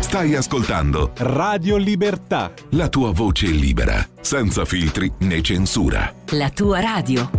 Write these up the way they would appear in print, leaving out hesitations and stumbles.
Stai ascoltando Radio Libertà. la tua voce libera, senza filtri né censura. La tua radio.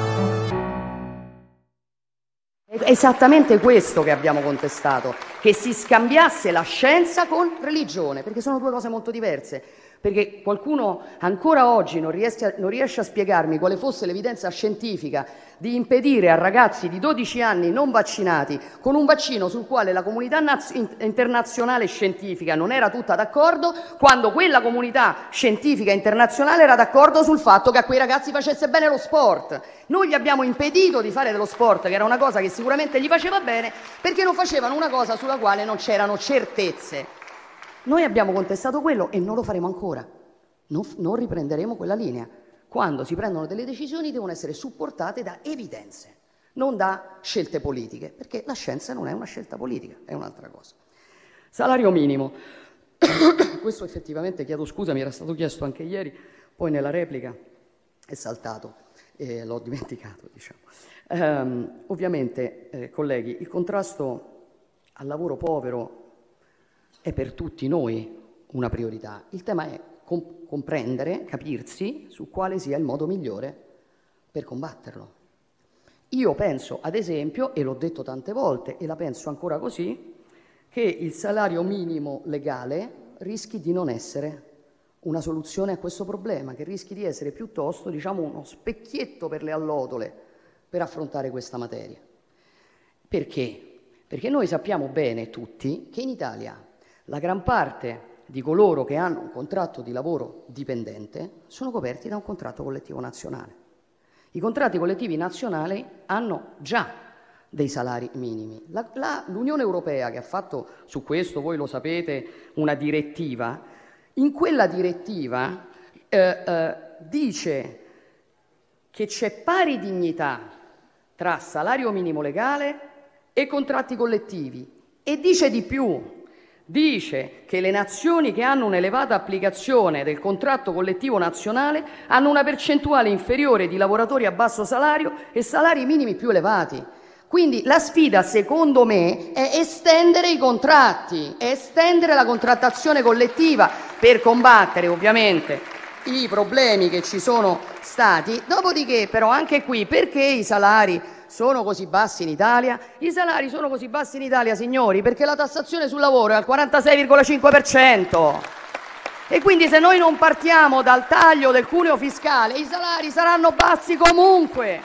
È esattamente questo che abbiamo contestato, che si scambiasse la scienza con religione, perché sono due cose molto diverse. Perché qualcuno ancora oggi non riesce a spiegarmi quale fosse l'evidenza scientifica di impedire a ragazzi di 12 anni non vaccinati con un vaccino sul quale la comunità internazionale scientifica non era tutta d'accordo, quando quella comunità scientifica internazionale era d'accordo sul fatto che a quei ragazzi facesse bene lo sport. Noi gli abbiamo impedito di fare dello sport, che era una cosa che sicuramente gli faceva bene, perché non facevano una cosa sulla quale non c'erano certezze. Noi abbiamo contestato quello e non lo faremo ancora. Non riprenderemo quella linea. Quando si prendono delle decisioni devono essere supportate da evidenze, non da scelte politiche, perché la scienza non è una scelta politica, è un'altra cosa. Salario minimo. Questo effettivamente, chiedo scusa, mi era stato chiesto anche ieri, poi nella replica è saltato, l'ho dimenticato, diciamo. Ovviamente, colleghi, il contrasto al lavoro povero è per tutti noi una priorità. Il tema è comprendere, capirsi su quale sia il modo migliore per combatterlo. Io penso, ad esempio, e l'ho detto tante volte e la penso ancora così, che il salario minimo legale rischi di non essere una soluzione a questo problema, che rischi di essere piuttosto, diciamo, uno specchietto per le allodole per affrontare questa materia. Perché? Perché noi sappiamo bene tutti che in Italia la gran parte di coloro che hanno un contratto di lavoro dipendente sono coperti da un contratto collettivo nazionale. I contratti collettivi nazionali hanno già dei salari minimi. L'Unione Europea, che ha fatto su questo, voi lo sapete, una direttiva, in quella direttiva dice che c'è pari dignità tra salario minimo legale e contratti collettivi e dice di più. Dice che le nazioni che hanno un'elevata applicazione del contratto collettivo nazionale hanno una percentuale inferiore di lavoratori a basso salario e salari minimi più elevati. Quindi la sfida, secondo me, è estendere i contratti, è estendere la contrattazione collettiva per combattere ovviamente i problemi che ci sono stati. Dopodiché, però, anche qui, perché i salari sono così bassi in Italia? I salari sono così bassi in Italia, signori, perché la tassazione sul lavoro è al 46,5%. E quindi se noi non partiamo dal taglio del cuneo fiscale, i salari saranno bassi comunque.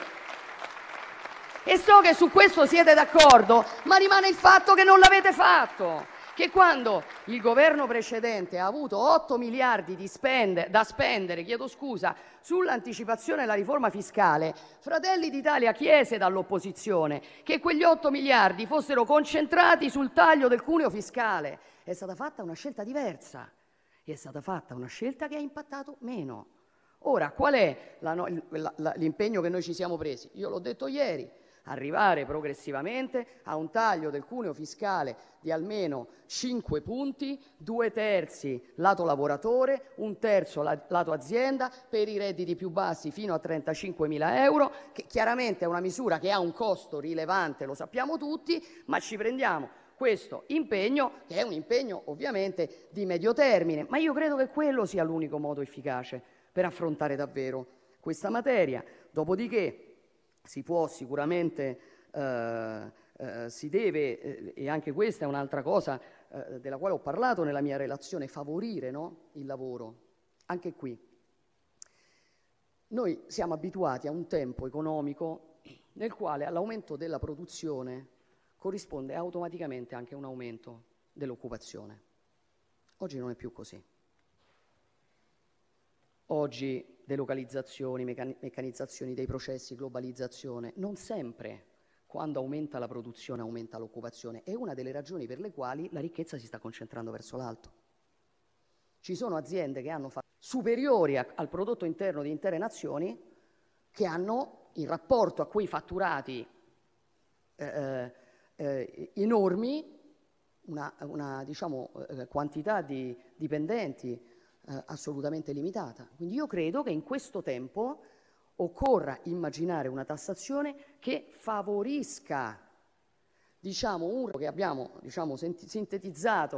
E so che su questo siete d'accordo, ma rimane il fatto che non l'avete fatto. Che quando il governo precedente ha avuto 8 miliardi da spendere, sull'anticipazione della riforma fiscale, Fratelli d'Italia chiese dall'opposizione che quegli 8 miliardi fossero concentrati sul taglio del cuneo fiscale. È stata fatta una scelta diversa, è stata fatta una scelta che ha impattato meno. Ora, qual è l'impegno che noi ci siamo presi? Io l'ho detto ieri. Arrivare progressivamente a un taglio del cuneo fiscale di almeno 5 punti, 2/3 lato lavoratore, 1/3 lato azienda, per i redditi più bassi fino a 35.000 euro, che chiaramente è una misura che ha un costo rilevante, lo sappiamo tutti, ma ci prendiamo questo impegno, che è un impegno ovviamente di medio termine, ma io credo che quello sia l'unico modo efficace per affrontare davvero questa materia. Dopodiché si può sicuramente, si deve, e anche questa è un'altra cosa della quale ho parlato nella mia relazione, favorire, no? Il lavoro. Anche qui. Noi siamo abituati a un tempo economico nel quale all'aumento della produzione corrisponde automaticamente anche un aumento dell'occupazione. Oggi non è più così. Oggi delocalizzazioni, meccanizzazioni dei processi, globalizzazione, non sempre quando aumenta la produzione aumenta l'occupazione. È una delle ragioni per le quali la ricchezza si sta concentrando verso l'alto. Ci sono aziende che hanno fatto superiori al prodotto interno di intere nazioni, che hanno, in rapporto a quei fatturati enormi, una quantità di dipendenti assolutamente limitata. Quindi io credo che in questo tempo occorra immaginare una tassazione che favorisca, che abbiamo sintetizzato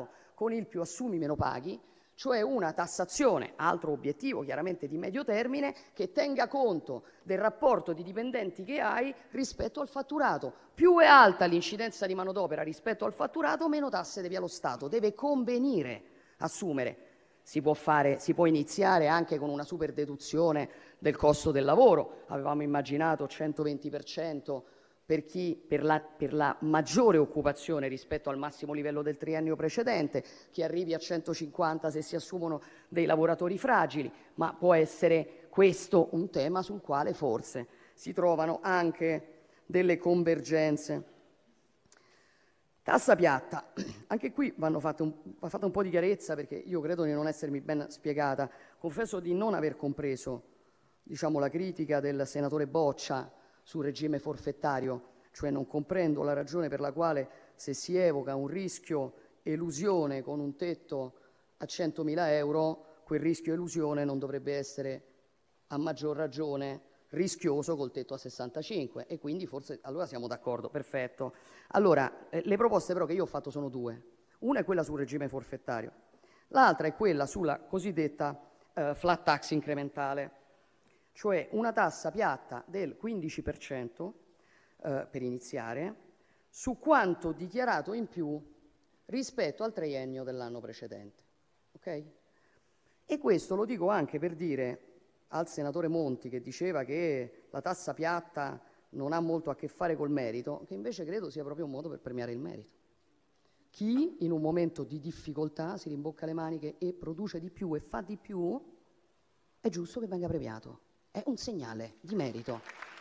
con il più assumi meno paghi, cioè una tassazione, altro obiettivo chiaramente di medio termine, che tenga conto del rapporto di dipendenti che hai rispetto al fatturato. Più è alta l'incidenza di manodopera rispetto al fatturato, meno tasse devi allo Stato. Deve convenire assumere. Si può iniziare anche con una super deduzione del costo del lavoro. Avevamo immaginato 120% per la maggiore occupazione rispetto al massimo livello del triennio precedente, che arrivi a 150 se si assumono dei lavoratori fragili, ma può essere questo un tema sul quale forse si trovano anche delle convergenze. Tassa piatta, anche qui va fatta un po' di chiarezza, perché io credo di non essermi ben spiegata. Confesso di non aver compreso, la critica del senatore Boccia sul regime forfettario, cioè non comprendo la ragione per la quale, se si evoca un rischio elusione con un tetto a 100.000 euro, quel rischio elusione non dovrebbe essere a maggior ragione rischioso col tetto a 65, e quindi forse allora siamo d'accordo, perfetto. Allora, le proposte però che io ho fatto sono due. Una è quella sul regime forfettario, l'altra è quella sulla cosiddetta flat tax incrementale, cioè una tassa piatta del 15% per iniziare su quanto dichiarato in più rispetto al triennio dell'anno precedente. Ok? E questo lo dico anche per dire al senatore Monti, che diceva che la tassa piatta non ha molto a che fare col merito, che invece credo sia proprio un modo per premiare il merito. Chi in un momento di difficoltà si rimbocca le maniche e produce di più e fa di più, è giusto che venga premiato. È un segnale di merito.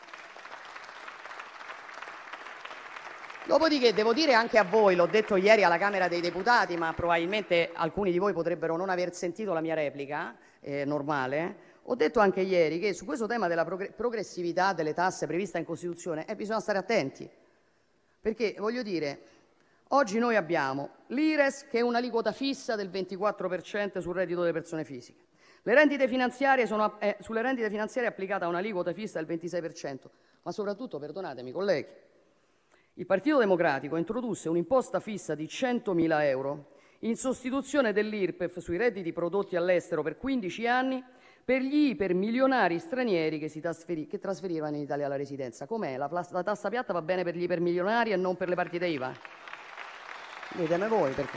Dopodiché devo dire anche a voi, l'ho detto ieri alla Camera dei Deputati, ma probabilmente alcuni di voi potrebbero non aver sentito la mia replica, normale. Ho detto anche ieri che su questo tema della progressività delle tasse prevista in Costituzione bisogna stare attenti, perché voglio dire, oggi noi abbiamo l'IRES, che è un'aliquota fissa del 24% sul reddito delle persone fisiche. Le rendite finanziarie sulle rendite finanziarie è applicata un'aliquota fissa del 26%, ma soprattutto, perdonatemi colleghi, il Partito Democratico introdusse un'imposta fissa di 100.000 euro in sostituzione dell'IRPEF sui redditi prodotti all'estero per 15 anni per gli ipermilionari stranieri che trasferivano in Italia la residenza. Com'è? La tassa piatta va bene per gli ipermilionari e non per le partite IVA? Ditemi voi perché.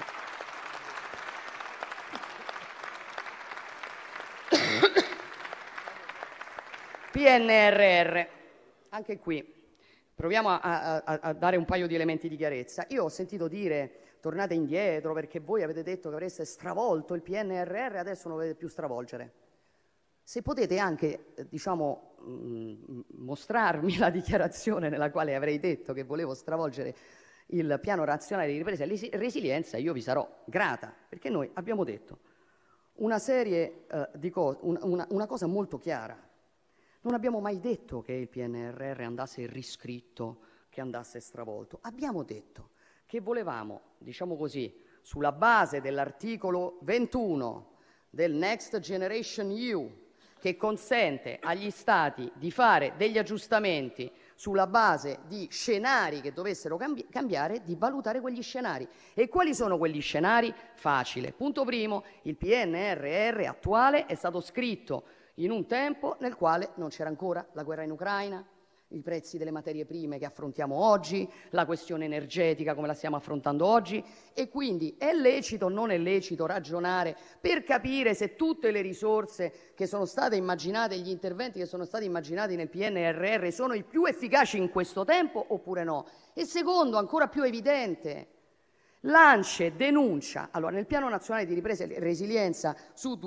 PNRR, anche qui proviamo a dare un paio di elementi di chiarezza. Io ho sentito dire tornate indietro perché voi avete detto che avreste stravolto il PNRR, adesso non lo vedete più stravolgere. Se potete anche, mostrarmi la dichiarazione nella quale avrei detto che volevo stravolgere il Piano Nazionale di Ripresa e Resilienza, io vi sarò grata, perché noi abbiamo detto una serie di cose, una cosa molto chiara. Non abbiamo mai detto che il PNRR andasse riscritto, che andasse stravolto. Abbiamo detto che volevamo, sulla base dell'articolo 21 del Next Generation EU, che consente agli Stati di fare degli aggiustamenti sulla base di scenari che dovessero cambiare, di valutare quegli scenari. E quali sono quegli scenari? Facile. Punto primo, il PNRR attuale è stato scritto in un tempo nel quale non c'era ancora la guerra in Ucraina, i prezzi delle materie prime che affrontiamo oggi, la questione energetica come la stiamo affrontando oggi, e quindi è lecito o non è lecito ragionare per capire se tutte le risorse che sono state immaginate, gli interventi che sono stati immaginati nel PNRR sono i più efficaci in questo tempo oppure no. E secondo, ancora più evidente, l'ANCE denuncia, allora nel Piano Nazionale di Ripresa e Resilienza su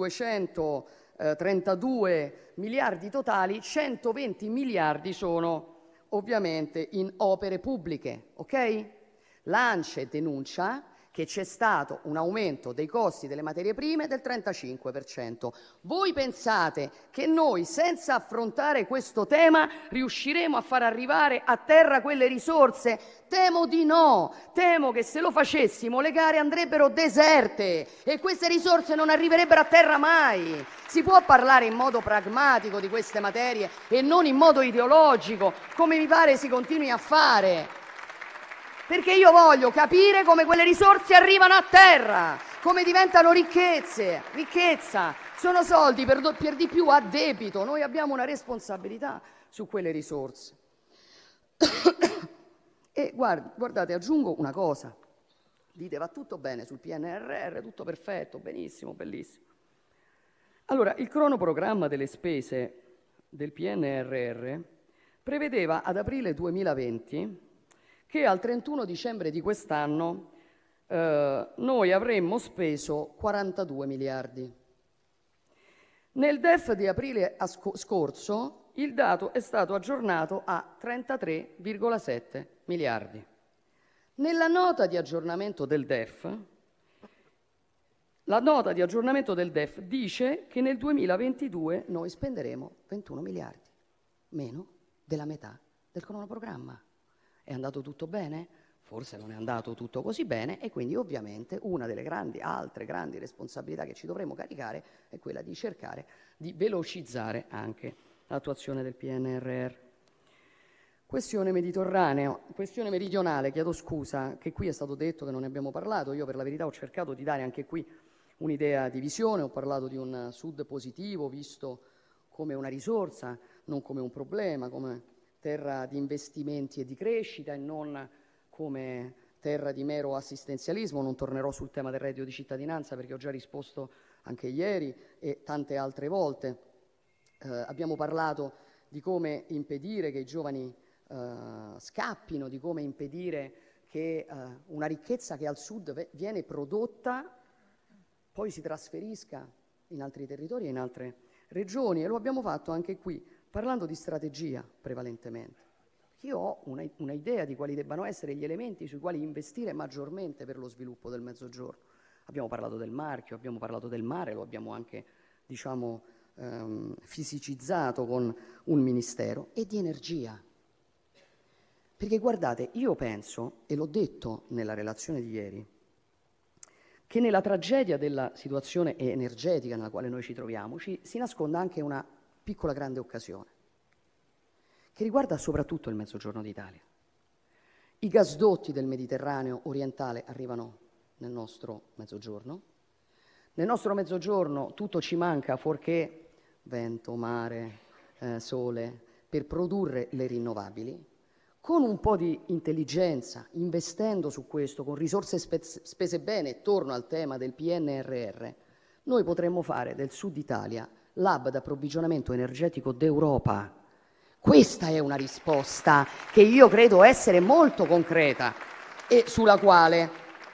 232 miliardi totali, 120 miliardi sono ovviamente in opere pubbliche, ok? L'ANCE denuncia che c'è stato un aumento dei costi delle materie prime del 35%. Voi pensate che noi, senza affrontare questo tema, riusciremo a far arrivare a terra quelle risorse? Temo di no, temo che se lo facessimo le gare andrebbero deserte e queste risorse non arriverebbero a terra mai. Si può parlare in modo pragmatico di queste materie e non in modo ideologico, come mi pare si continui a fare. perché io voglio capire come quelle risorse arrivano a terra, come diventano ricchezza, sono soldi per di più a debito, noi abbiamo una responsabilità su quelle risorse. E guardate, aggiungo una cosa, dite va tutto bene sul PNRR, tutto perfetto, benissimo, bellissimo. Allora, il cronoprogramma delle spese del PNRR prevedeva ad aprile 2020 che al 31 dicembre di quest'anno noi avremmo speso 42 miliardi. Nel DEF di aprile scorso il dato è stato aggiornato a 33,7 miliardi. Nella nota di aggiornamento del DEF, la nota di aggiornamento del DEF dice che nel 2022 noi spenderemo 21 miliardi, meno della metà del cronoprogramma. È andato tutto bene? Forse non è andato tutto così bene e quindi ovviamente una delle altre grandi responsabilità che ci dovremo caricare è quella di cercare di velocizzare anche l'attuazione del PNRR. Questione meridionale, chiedo scusa, che qui è stato detto che non ne abbiamo parlato, io per la verità ho cercato di dare anche qui un'idea di visione, ho parlato di un Sud positivo visto come una risorsa, non come un problema, come terra di investimenti e di crescita e non come terra di mero assistenzialismo. Non tornerò sul tema del reddito di cittadinanza perché ho già risposto anche ieri e tante altre volte. Abbiamo parlato di come impedire che i giovani scappino, di come impedire che una ricchezza che al Sud viene prodotta poi si trasferisca in altri territori e in altre regioni, e lo abbiamo fatto anche qui parlando di strategia prevalentemente. Io ho una idea di quali debbano essere gli elementi sui quali investire maggiormente per lo sviluppo del Mezzogiorno. Abbiamo parlato del marchio, abbiamo parlato del mare, lo abbiamo anche, fisicizzato con un ministero, e di energia. Perché guardate, io penso, e l'ho detto nella relazione di ieri, che nella tragedia della situazione energetica nella quale noi ci troviamo si nasconda anche una piccola grande occasione, che riguarda soprattutto il Mezzogiorno d'Italia. I gasdotti del Mediterraneo orientale arrivano nel nostro Mezzogiorno. Nel nostro Mezzogiorno tutto ci manca fuorché vento, mare, sole, per produrre le rinnovabili. Con un po' di intelligenza, investendo su questo, con risorse spese bene, torno al tema del PNRR, noi potremmo fare del Sud Italia l'hub d'approvvigionamento energetico d'Europa. Questa è una risposta che io credo essere molto concreta e sulla quale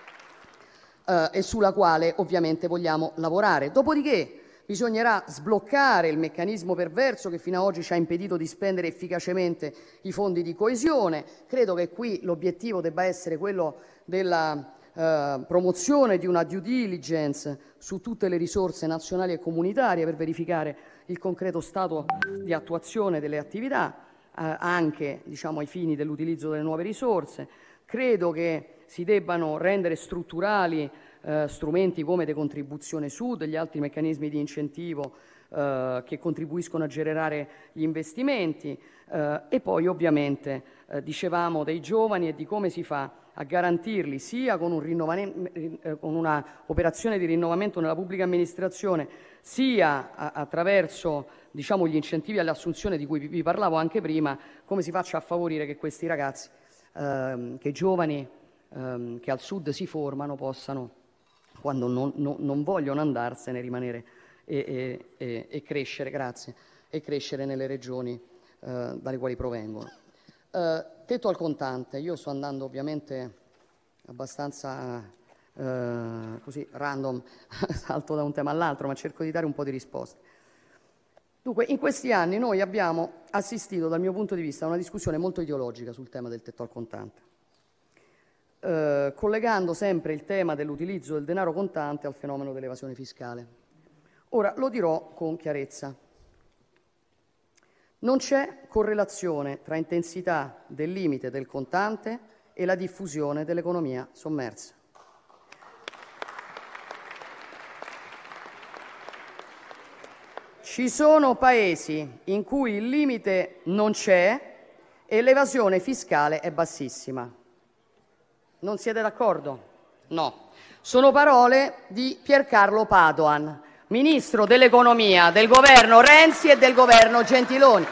ovviamente vogliamo lavorare. Dopodiché bisognerà sbloccare il meccanismo perverso che fino ad oggi ci ha impedito di spendere efficacemente i fondi di coesione. Credo che qui l'obiettivo debba essere quello della promozione di una due diligence su tutte le risorse nazionali e comunitarie per verificare il concreto stato di attuazione delle attività, anche ai fini dell'utilizzo delle nuove risorse. Credo che si debbano rendere strutturali strumenti come decontribuzione Sud e gli altri meccanismi di incentivo che contribuiscono a generare gli investimenti, e poi ovviamente dicevamo dei giovani e di come si fa a garantirli sia con una operazione di rinnovamento nella pubblica amministrazione, sia attraverso gli incentivi all'assunzione di cui vi parlavo anche prima, come si faccia a favorire che questi ragazzi, che giovani che al Sud si formano, possano, quando non vogliono andarsene, rimanere e crescere nelle regioni dalle quali provengono. Tetto al contante, io sto andando ovviamente abbastanza così random, salto da un tema all'altro, ma cerco di dare un po' di risposte. Dunque, in questi anni noi abbiamo assistito, dal mio punto di vista, a una discussione molto ideologica sul tema del tetto al contante, collegando sempre il tema dell'utilizzo del denaro contante al fenomeno dell'evasione fiscale. Ora, lo dirò con chiarezza. Non c'è correlazione tra intensità del limite del contante e la diffusione dell'economia sommersa. Ci sono paesi in cui il limite non c'è e l'evasione fiscale è bassissima. Non siete d'accordo? No. Sono parole di Piercarlo Padoan, ministro dell'economia del governo Renzi e del governo Gentiloni,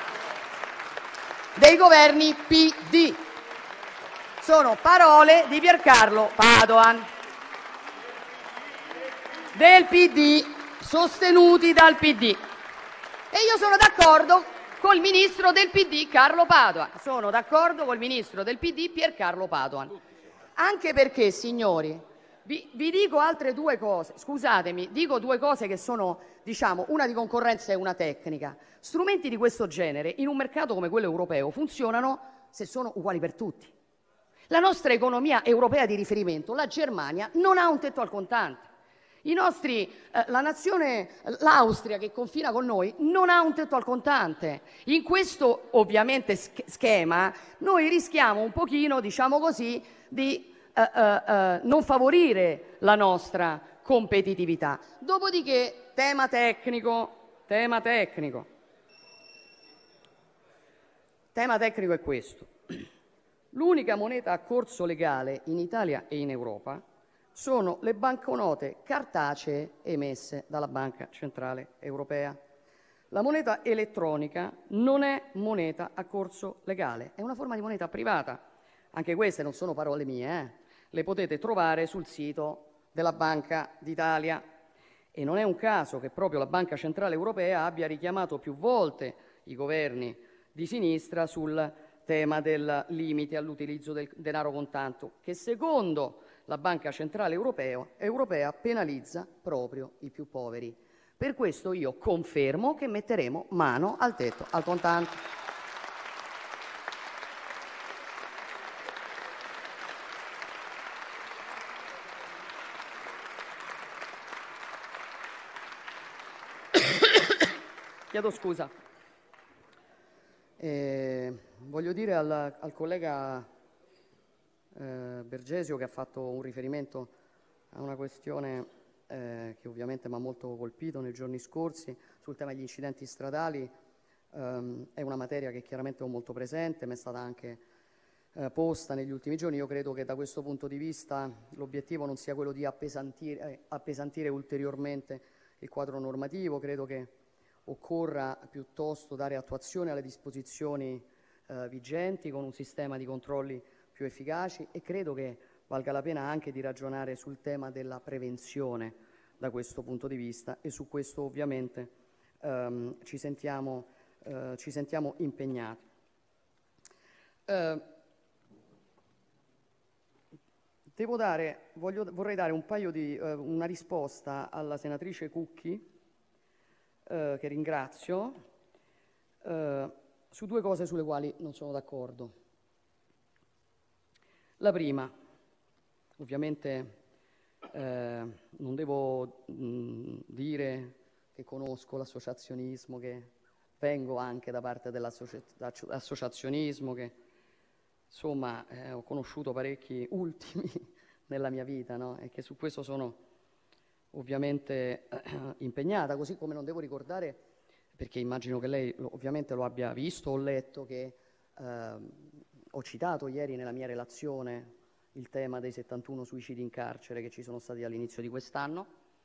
dei governi PD. Sono parole di Piercarlo Padoan, del PD, sostenuti dal PD. E io sono d'accordo col ministro del PD Carlo Padoan. Sono d'accordo col ministro del PD Piercarlo Padoan. Anche perché, signori, vi dico altre due cose. Scusatemi, dico due cose che sono, diciamo, una di concorrenza e una tecnica. Strumenti di questo genere in un mercato come quello europeo funzionano se sono uguali per tutti. La nostra economia europea di riferimento, la Germania, non ha un tetto al contante. L'Austria che confina con noi non ha un tetto al contante. In questo ovviamente schema noi rischiamo un pochino, diciamo così, di non favorire la nostra competitività. Dopodiché, tema tecnico è questo. L'unica moneta a corso legale in Italia e in Europa sono le banconote cartacee emesse dalla Banca Centrale Europea. La moneta elettronica non è moneta a corso legale, è una forma di moneta privata. Anche queste non sono parole mie, le potete trovare sul sito della Banca d'Italia. E non è un caso che proprio la Banca Centrale Europea abbia richiamato più volte i governi di sinistra sul tema del limite all'utilizzo del denaro contante, che secondo la Banca Centrale Europea penalizza proprio i più poveri. Per questo io confermo che metteremo mano al tetto al contante. Chiedo scusa. Voglio dire al collega Bergesio, che ha fatto un riferimento a una questione che ovviamente mi ha molto colpito nei giorni scorsi sul tema degli incidenti stradali. È una materia che chiaramente ho molto presente, mi è stata anche posta negli ultimi giorni. Io credo che da questo punto di vista l'obiettivo non sia quello di appesantire ulteriormente il quadro normativo. Credo che occorra piuttosto dare attuazione alle disposizioni vigenti con un sistema di controlli più efficaci, e credo che valga la pena anche di ragionare sul tema della prevenzione da questo punto di vista, e su questo ovviamente ci sentiamo impegnati. Vorrei dare una risposta alla senatrice Cucchi, che ringrazio, su due cose sulle quali non sono d'accordo. La prima, ovviamente non devo dire che conosco l'associazionismo, che vengo anche da parte dell'associazionismo, che insomma ho conosciuto parecchi ultimi nella mia vita, no? E che su questo sono ovviamente impegnata, così come non devo ricordare, perché immagino che lei ovviamente lo abbia visto o letto, che ho citato ieri nella mia relazione il tema dei 71 suicidi in carcere che ci sono stati all'inizio di quest'anno,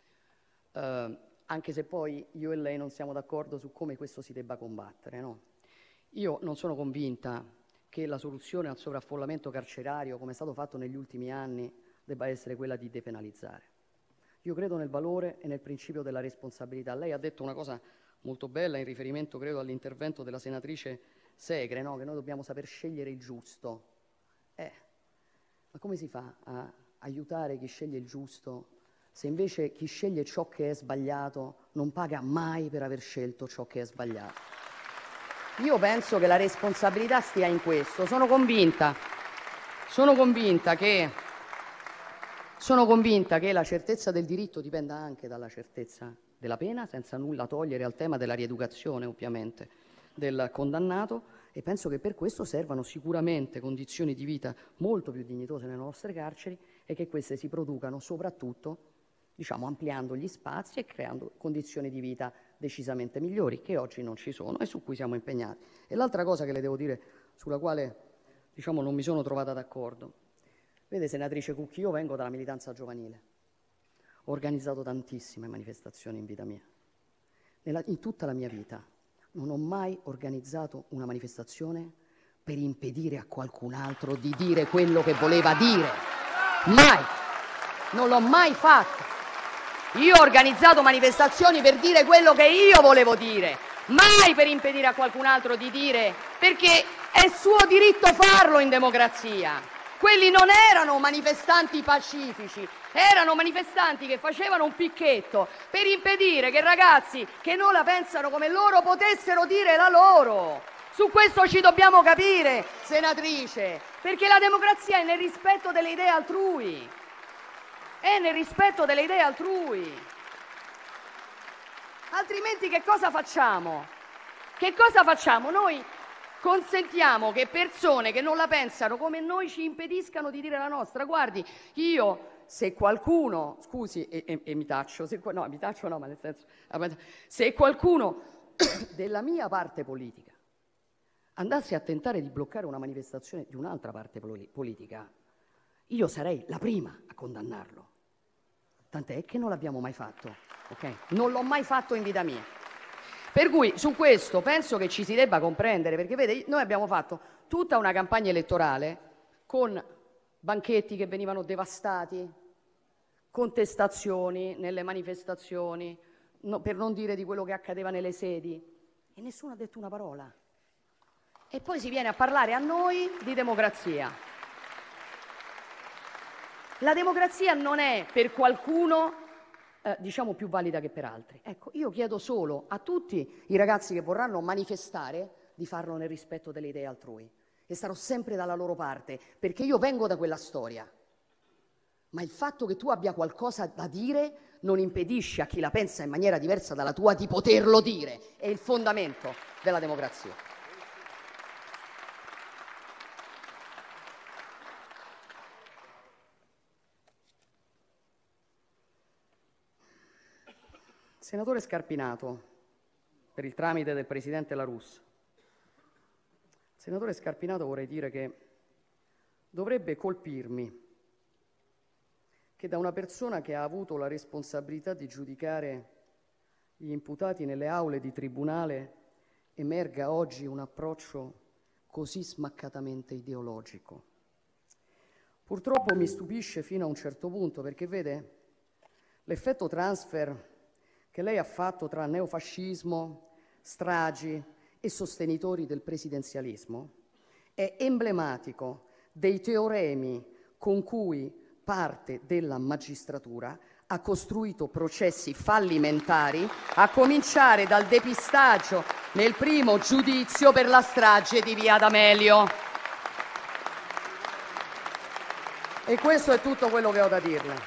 anche se poi io e lei non siamo d'accordo su come questo si debba combattere, no? Io non sono convinta che la soluzione al sovraffollamento carcerario, come è stato fatto negli ultimi anni, debba essere quella di depenalizzare. Io credo nel valore e nel principio della responsabilità. Lei ha detto una cosa molto bella in riferimento, credo, all'intervento della senatrice Segre, no? Che noi dobbiamo saper scegliere il giusto. Ma come si fa a aiutare chi sceglie il giusto se invece chi sceglie ciò che è sbagliato non paga mai per aver scelto ciò che è sbagliato? Io penso che la responsabilità stia in questo. Sono convinta che la certezza del diritto dipenda anche dalla certezza della pena, senza nulla togliere al tema della rieducazione, ovviamente, del condannato, e penso che per questo servano sicuramente condizioni di vita molto più dignitose nelle nostre carceri, e che queste si producano soprattutto, diciamo, ampliando gli spazi e creando condizioni di vita decisamente migliori, che oggi non ci sono e su cui siamo impegnati. E l'altra cosa che le devo dire, sulla quale, diciamo, non mi sono trovata d'accordo, Vede, senatrice Cucchi, io vengo dalla militanza giovanile, ho organizzato tantissime manifestazioni in vita mia. In tutta la mia vita non ho mai organizzato una manifestazione per impedire a qualcun altro di dire quello che voleva dire. Mai! Non l'ho mai fatto. Io ho organizzato manifestazioni per dire quello che io volevo dire, mai per impedire a qualcun altro di dire, perché è suo diritto farlo in democrazia. Quelli non erano manifestanti pacifici, erano manifestanti che facevano un picchetto per impedire che ragazzi che non la pensano come loro potessero dire la loro. Su questo ci dobbiamo capire, senatrice, perché la democrazia è nel rispetto delle idee altrui. È nel rispetto delle idee altrui. Altrimenti che cosa facciamo? Che cosa facciamo? Noi consentiamo che persone che non la pensano come noi ci impediscano di dire la nostra. Guardi, io, se qualcuno, scusi, e mi taccio, no, mi taccio no, ma nel senso, se qualcuno della mia parte politica andasse a tentare di bloccare una manifestazione di un'altra parte politica, io sarei la prima a condannarlo. Tant'è che non l'abbiamo mai fatto, ok? Non l'ho mai fatto in vita mia. Per cui su questo penso che ci si debba comprendere, perché vede, noi abbiamo fatto tutta una campagna elettorale con banchetti che venivano devastati, contestazioni nelle manifestazioni, per non dire di quello che accadeva nelle sedi, e nessuno ha detto una parola. E poi si viene a parlare a noi di democrazia. La democrazia non è per qualcuno, diciamo, più valida che per altri. Ecco, io chiedo solo a tutti i ragazzi che vorranno manifestare di farlo nel rispetto delle idee altrui. E sarò sempre dalla loro parte, perché io vengo da quella storia. Ma il fatto che tu abbia qualcosa da dire non impedisce a chi la pensa in maniera diversa dalla tua di poterlo dire. È il fondamento della democrazia. Senatore Scarpinato, per il tramite del Presidente La Russa. Senatore Scarpinato, vorrei dire che dovrebbe colpirmi che da una persona che ha avuto la responsabilità di giudicare gli imputati nelle aule di tribunale emerga oggi un approccio così smaccatamente ideologico. Purtroppo mi stupisce fino a un certo punto, perché vede, l'effetto transfer che lei ha fatto tra neofascismo, stragi e sostenitori del presidenzialismo è emblematico dei teoremi con cui parte della magistratura ha costruito processi fallimentari, a cominciare dal depistaggio nel primo giudizio per la strage di Via D'Amelio. E questo è tutto quello che ho da dirle.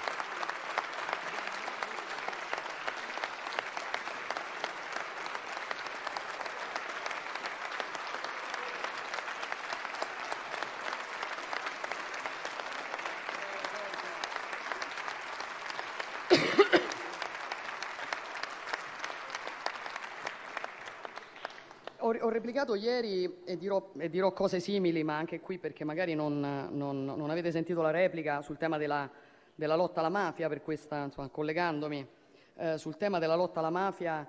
Ho replicato ieri e dirò cose simili, ma anche qui perché magari non avete sentito la replica sul tema della lotta alla mafia, per questa, insomma, collegandomi, sul tema della lotta alla mafia,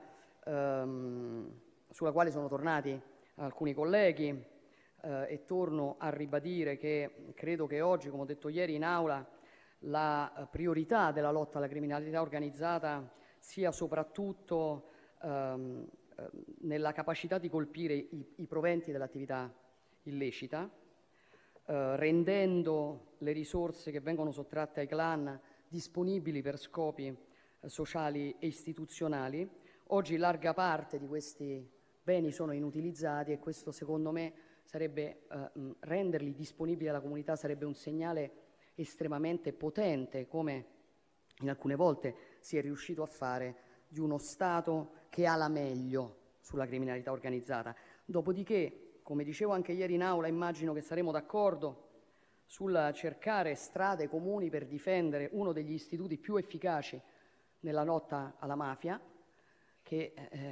sulla quale sono tornati alcuni colleghi, e torno a ribadire che credo che oggi, come ho detto ieri in aula, la priorità della lotta alla criminalità organizzata sia soprattutto nella capacità di colpire i proventi dell'attività illecita, rendendo le risorse che vengono sottratte ai clan disponibili per scopi sociali e istituzionali. Oggi larga parte di questi beni sono inutilizzati e questo, secondo me, sarebbe renderli disponibili alla comunità sarebbe un segnale estremamente potente, come in alcune volte si è riuscito a fare, di uno Stato che ha la meglio sulla criminalità organizzata. Dopodiché, come dicevo anche ieri in aula, immagino che saremo d'accordo sul cercare strade comuni per difendere uno degli istituti più efficaci nella lotta alla mafia, che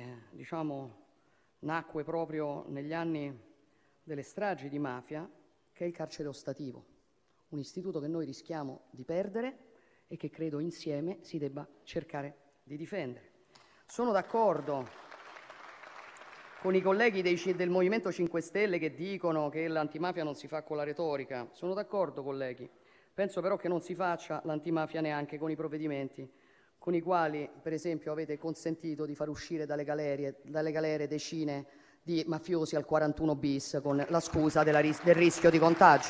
nacque proprio negli anni delle stragi di mafia, che è il carcere ostativo. un istituto che noi rischiamo di perdere e che credo insieme si debba cercare di difendere. Sono d'accordo con i colleghi del Movimento 5 Stelle che dicono che l'antimafia non si fa con la retorica. Sono d'accordo, colleghi. Penso però che non si faccia l'antimafia neanche con i provvedimenti con i quali, per esempio, avete consentito di far uscire dalle galere decine di mafiosi al 41 bis con la scusa del rischio di contagio.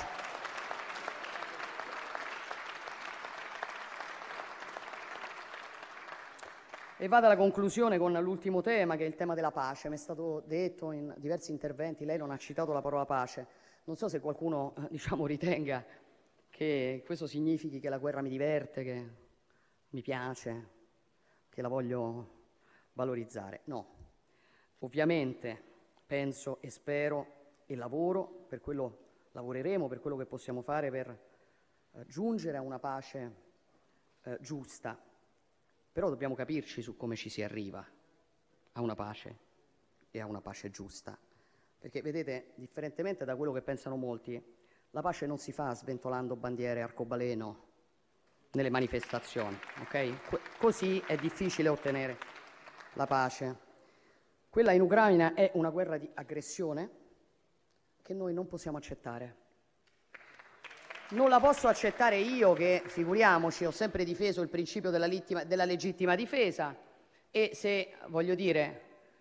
E vado alla conclusione con l'ultimo tema, che è il tema della pace. Mi è stato detto in diversi interventi, lei non ha citato la parola pace. Non so se qualcuno, ritenga che questo significhi che la guerra mi diverte, che mi piace, che la voglio valorizzare. No. Ovviamente penso e spero e lavoreremo per quello che possiamo fare per giungere a una pace giusta. Però dobbiamo capirci su come ci si arriva a una pace e a una pace giusta. Perché, vedete, differentemente da quello che pensano molti, la pace non si fa sventolando bandiere arcobaleno nelle manifestazioni, ok? Così è difficile ottenere la pace. Quella in Ucraina è una guerra di aggressione che noi non possiamo accettare. Non la posso accettare io che, figuriamoci, ho sempre difeso il principio della legittima difesa e se, voglio dire,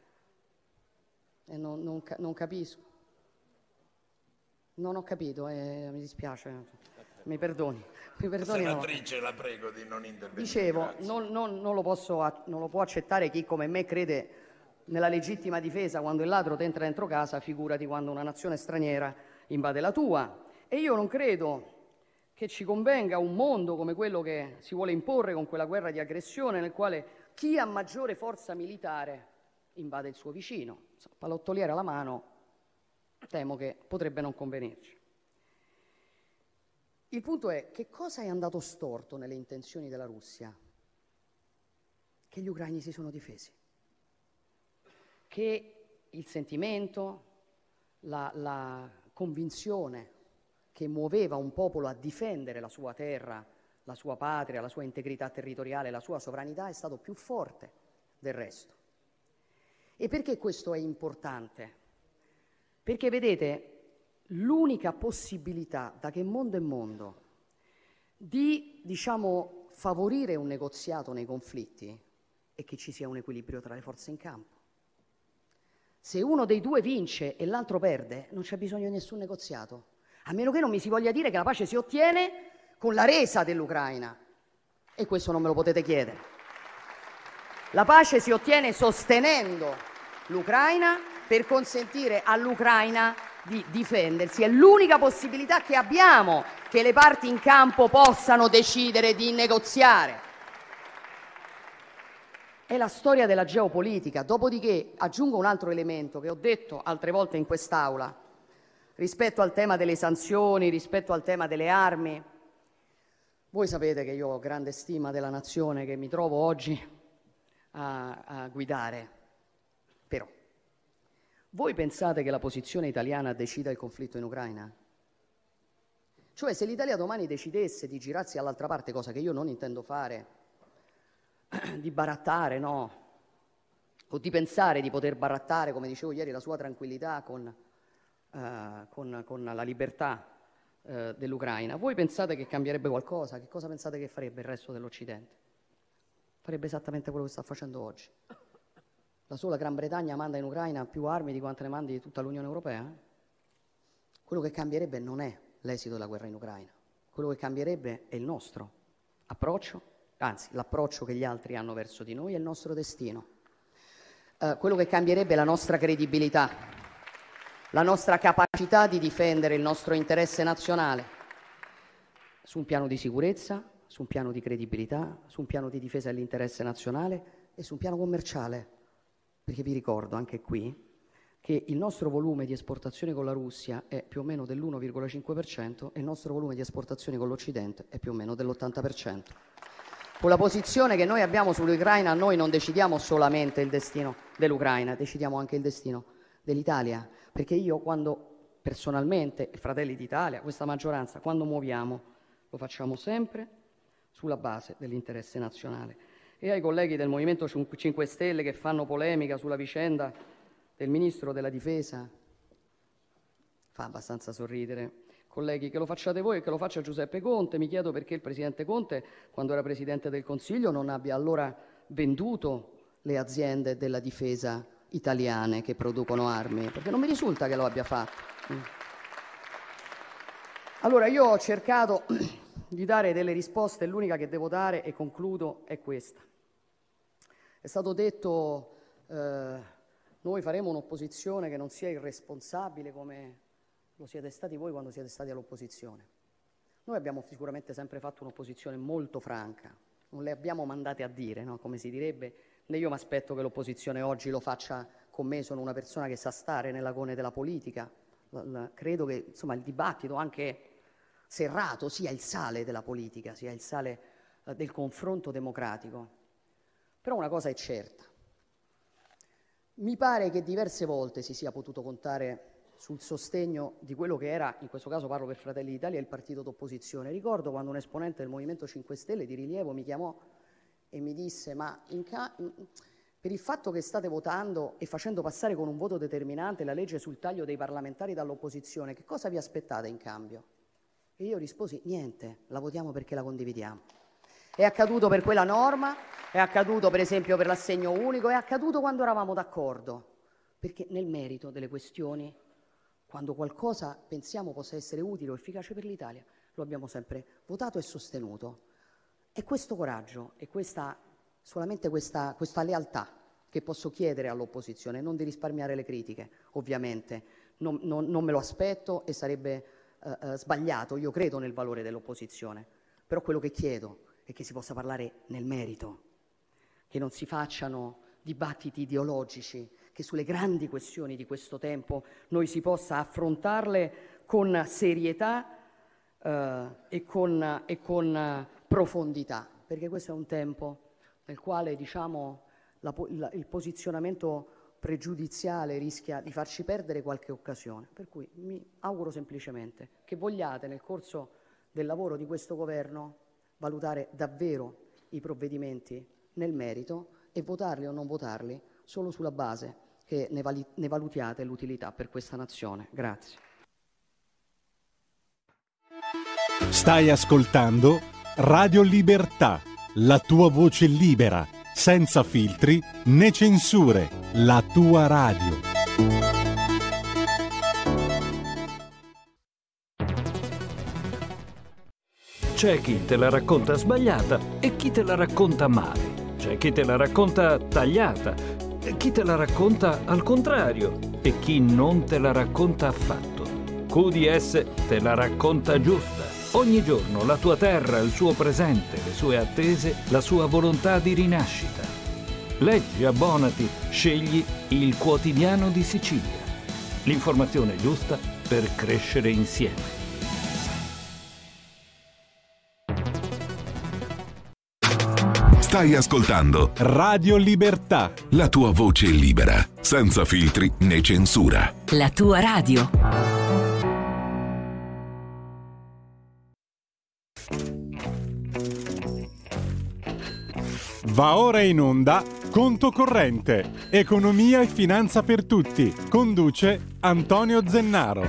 non capisco. Non ho capito, mi dispiace, mi perdoni. Senatrice, la prego di non intervenire. Dicevo, non lo può accettare chi come me crede nella legittima difesa quando il ladro ti entra dentro casa, figurati quando una nazione straniera invade la tua. E io non credo che ci convenga un mondo come quello che si vuole imporre con quella guerra di aggressione nel quale chi ha maggiore forza militare invade il suo vicino. Pallottoliere alla mano, temo che potrebbe non convenirci. Il punto è che cosa è andato storto nelle intenzioni della Russia? Che gli ucraini si sono difesi, che il sentimento, la convinzione che muoveva un popolo a difendere la sua terra, la sua patria, la sua integrità territoriale, la sua sovranità è stato più forte del resto. E perché questo è importante? Perché, vedete, l'unica possibilità, da che mondo è mondo, di, favorire un negoziato nei conflitti è che ci sia un equilibrio tra le forze in campo. Se uno dei due vince e l'altro perde, non c'è bisogno di nessun negoziato, a meno che non mi si voglia dire che la pace si ottiene con la resa dell'Ucraina. E questo non me lo potete chiedere. La pace si ottiene sostenendo l'Ucraina per consentire all'Ucraina di difendersi. È l'unica possibilità che abbiamo, che le parti in campo possano decidere di negoziare. È la storia della geopolitica. Dopodiché aggiungo un altro elemento che ho detto altre volte in quest'Aula rispetto al tema delle sanzioni, rispetto al tema delle armi. Voi sapete che io ho grande stima della nazione che mi trovo oggi a guidare. Però, voi pensate che la posizione italiana decida il conflitto in Ucraina? Cioè, se l'Italia domani decidesse di girarsi all'altra parte, cosa che io non intendo fare, di barattare, no? O di pensare di poter barattare, come dicevo ieri, la sua tranquillità con la libertà dell'Ucraina, voi pensate che cambierebbe qualcosa? Che cosa pensate che farebbe il resto dell'Occidente? Farebbe esattamente quello che sta facendo oggi. La sola Gran Bretagna manda in Ucraina più armi di quante ne mandi tutta l'Unione Europea? Quello che cambierebbe non è l'esito della guerra in Ucraina, quello che cambierebbe è il nostro approccio, anzi l'approccio che gli altri hanno verso di noi è il nostro destino. Quello che cambierebbe è la nostra credibilità, la nostra capacità di difendere il nostro interesse nazionale su un piano di sicurezza, su un piano di credibilità, su un piano di difesa dell'interesse nazionale e su un piano commerciale. Perché vi ricordo anche qui che il nostro volume di esportazioni con la Russia è più o meno dell'1,5% e il nostro volume di esportazioni con l'Occidente è più o meno dell'80%. Con la posizione che noi abbiamo sull'Ucraina noi non decidiamo solamente il destino dell'Ucraina, decidiamo anche il destino dell'Italia. Perché io quando personalmente, Fratelli d'Italia, questa maggioranza, quando muoviamo, lo facciamo sempre sulla base dell'interesse nazionale. E ai colleghi del Movimento 5 Stelle che fanno polemica sulla vicenda del Ministro della Difesa, fa abbastanza sorridere. Colleghi, che lo facciate voi e che lo faccia Giuseppe Conte, mi chiedo perché il Presidente Conte, quando era Presidente del Consiglio, non abbia allora venduto le aziende della difesa italiane che producono armi, perché non mi risulta che lo abbia fatto. Allora, io ho cercato di dare delle risposte, l'unica che devo dare, e concludo, è questa. È stato detto, noi faremo un'opposizione che non sia irresponsabile come lo siete stati voi quando siete stati all'opposizione. Noi abbiamo sicuramente sempre fatto un'opposizione molto franca, non le abbiamo mandate a dire, no? Come si direbbe, né io mi aspetto che l'opposizione oggi lo faccia con me, sono una persona che sa stare nell'agone della politica, credo che insomma il dibattito anche serrato sia il sale della politica, sia il sale del confronto democratico. Però una cosa è certa, mi pare che diverse volte si sia potuto contare sul sostegno di quello che era, in questo caso parlo per Fratelli d'Italia, il partito d'opposizione. Ricordo quando un esponente del Movimento 5 Stelle di rilievo mi chiamò e mi disse: ma per il fatto che state votando e facendo passare con un voto determinante la legge sul taglio dei parlamentari dall'opposizione, che cosa vi aspettate in cambio? E io risposi: niente, la votiamo perché la condividiamo. È accaduto per quella norma, è accaduto per esempio per l'assegno unico, è accaduto quando eravamo d'accordo, perché nel merito delle questioni, quando qualcosa pensiamo possa essere utile o efficace per l'Italia, lo abbiamo sempre votato e sostenuto. È questo coraggio e solamente questa lealtà che posso chiedere all'opposizione, non di risparmiare le critiche, ovviamente. Non me lo aspetto e sarebbe sbagliato, io credo nel valore dell'opposizione, però quello che chiedo è che si possa parlare nel merito, che non si facciano dibattiti ideologici, che sulle grandi questioni di questo tempo noi si possa affrontarle con serietà e con profondità, perché questo è un tempo nel quale, diciamo, il posizionamento pregiudiziale rischia di farci perdere qualche occasione. Per cui mi auguro semplicemente che vogliate nel corso del lavoro di questo governo valutare davvero i provvedimenti nel merito e votarli o non votarli solo sulla base che ne valutiate l'utilità per questa nazione. Grazie. Stai ascoltando Radio Libertà, la tua voce libera, senza filtri né censure, la tua radio. C'è chi te la racconta sbagliata e chi te la racconta male. C'è chi te la racconta tagliata, e chi te la racconta al contrario e chi non te la racconta affatto. QDS te la racconta giusta. Ogni giorno la tua terra, il suo presente, le sue attese, la sua volontà di rinascita. Leggi, abbonati, scegli il Quotidiano di Sicilia. L'informazione giusta per crescere insieme. Stai ascoltando Radio Libertà, la tua voce libera, senza filtri né censura. La tua radio. Va ora in onda Conto Corrente, economia e finanza per tutti. Conduce Antonio Zennaro.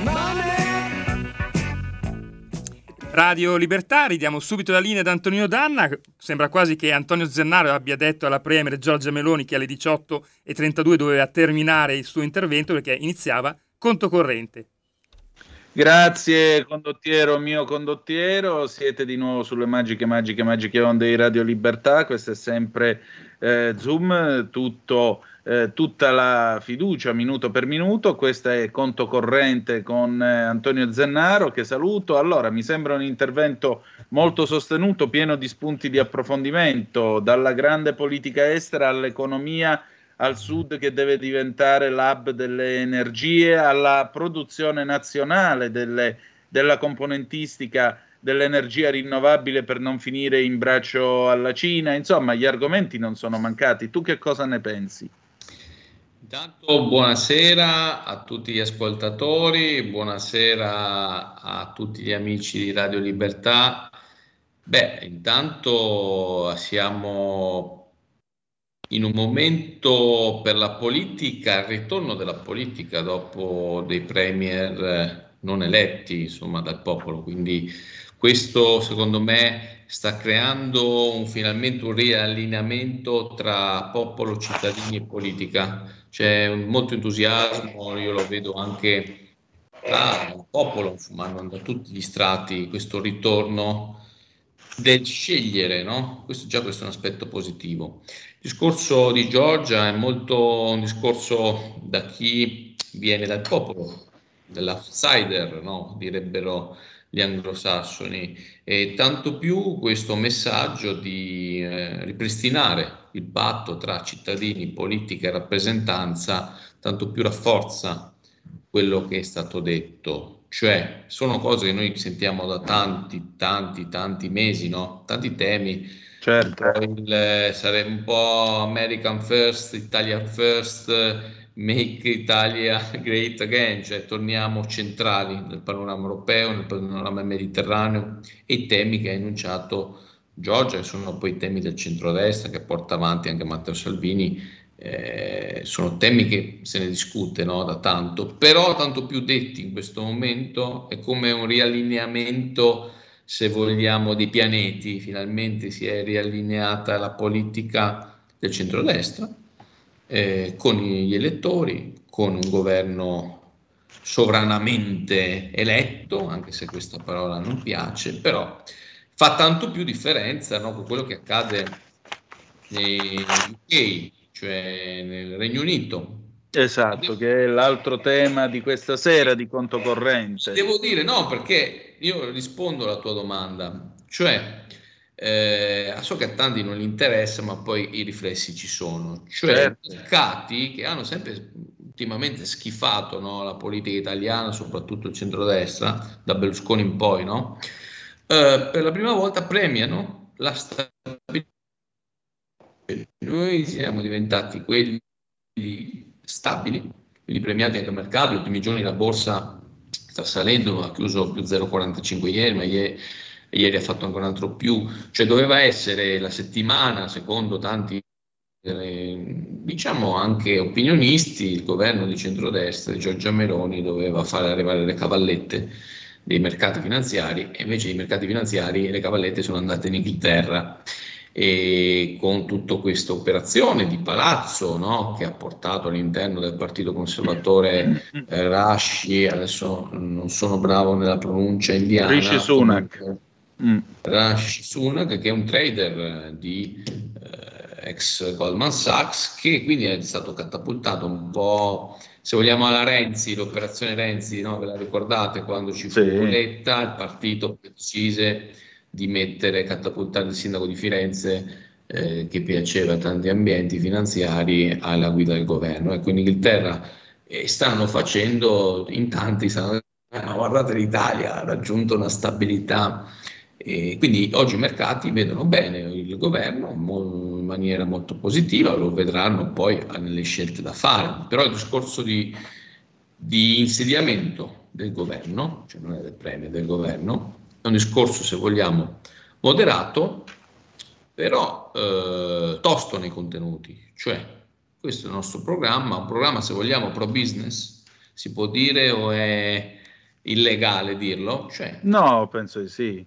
Radio Libertà, ridiamo subito la linea ad Antonino Danna. Sembra quasi che Antonio Zennaro abbia detto alla Premier Giorgia Meloni che alle 18:32 doveva terminare il suo intervento perché iniziava Conto Corrente. Grazie condottiero, mio condottiero, siete di nuovo sulle magiche onde di Radio Libertà. Questo è sempre Zoom, tutta la fiducia minuto per minuto. Questo è Conto Corrente con Antonio Zennaro, che saluto. Allora, mi sembra un intervento molto sostenuto, pieno di spunti di approfondimento, dalla grande politica estera all'economia, al sud che deve diventare l'hub delle energie, alla produzione nazionale della componentistica dell'energia rinnovabile per non finire in braccio alla Cina. Insomma, gli argomenti non sono mancati. Tu che cosa ne pensi? Intanto buonasera a tutti gli ascoltatori, buonasera a tutti gli amici di Radio Libertà. Intanto siamo in un momento per la politica, il ritorno della politica dopo dei premier non eletti, insomma, dal popolo, quindi questo secondo me sta creando finalmente un riallineamento tra popolo, cittadini e politica. C'è molto entusiasmo, io lo vedo anche tra il popolo, insomma, da tutti gli strati, questo ritorno del scegliere, no? Questo è un aspetto positivo. Il discorso di Giorgia è molto un discorso da chi viene dal popolo, dell'outsider, no? Direbbero gli anglosassoni, e tanto più questo messaggio di ripristinare il patto tra cittadini, politica e rappresentanza, tanto più rafforza quello che è stato detto. Cioè, sono cose che noi sentiamo da tanti mesi, no? Tanti temi. Certo. Sarebbe un po' American first, Italia first, make Italia great again, cioè torniamo centrali nel panorama europeo, nel panorama mediterraneo, e i temi che ha enunciato Giorgia, che sono poi i temi del centrodestra che porta avanti anche Matteo Salvini, sono temi che se ne discute, no, da tanto, però tanto più detti in questo momento è come un riallineamento, se vogliamo, dei pianeti. Finalmente si è riallineata la politica del centrodestra con gli elettori, con un governo sovranamente eletto, anche se questa parola non piace, però fa tanto più differenza, no, con quello che accade nei UK, cioè nel Regno Unito. Esatto, che è l'altro tema di questa sera di conto corrente. Devo dire no, perché io rispondo alla tua domanda, cioè so che a tanti non gli interessa, ma poi i riflessi ci sono, cioè i mercati che hanno sempre ultimamente schifato, no, la politica italiana, soprattutto il centrodestra, da Berlusconi in poi, no? Per la prima volta premiano la stabilità. Noi siamo diventati quelli stabili, quindi premiati anche al mercato. Gli ultimi giorni la borsa sta salendo, ha chiuso più 0,45 ieri, ma ieri ha fatto anche un altro più, cioè doveva essere la settimana, secondo tanti diciamo anche opinionisti, il governo di centrodestra di Giorgia Meloni doveva fare arrivare le cavallette dei mercati finanziari, e invece i mercati finanziari, le cavallette sono andate in Inghilterra, e con tutta questa operazione di palazzo, no, che ha portato all'interno del partito conservatore Rishi, adesso non sono bravo nella pronuncia indiana, Rishi Sunak, Rishi Sunak, che è un trader di ex Goldman Sachs, che quindi è stato catapultato un po', se vogliamo, alla Renzi, l'operazione Renzi, no? Ve la ricordate quando ci fu Letta, il partito decise di catapultare il sindaco di Firenze, che piaceva a tanti ambienti finanziari, alla guida del governo. Ecco, in Inghilterra stanno facendo, in tanti stanno ma guardate, l'Italia ha raggiunto una stabilità, quindi oggi i mercati vedono bene il governo in maniera molto positiva, lo vedranno poi nelle scelte da fare, però il discorso di insediamento del governo, cioè non è del premio, del governo, è un discorso, se vogliamo, moderato, però tosto nei contenuti. Cioè, questo è il nostro programma, un programma, se vogliamo, pro business, si può dire, o è illegale dirlo? Cioè, no, penso di sì.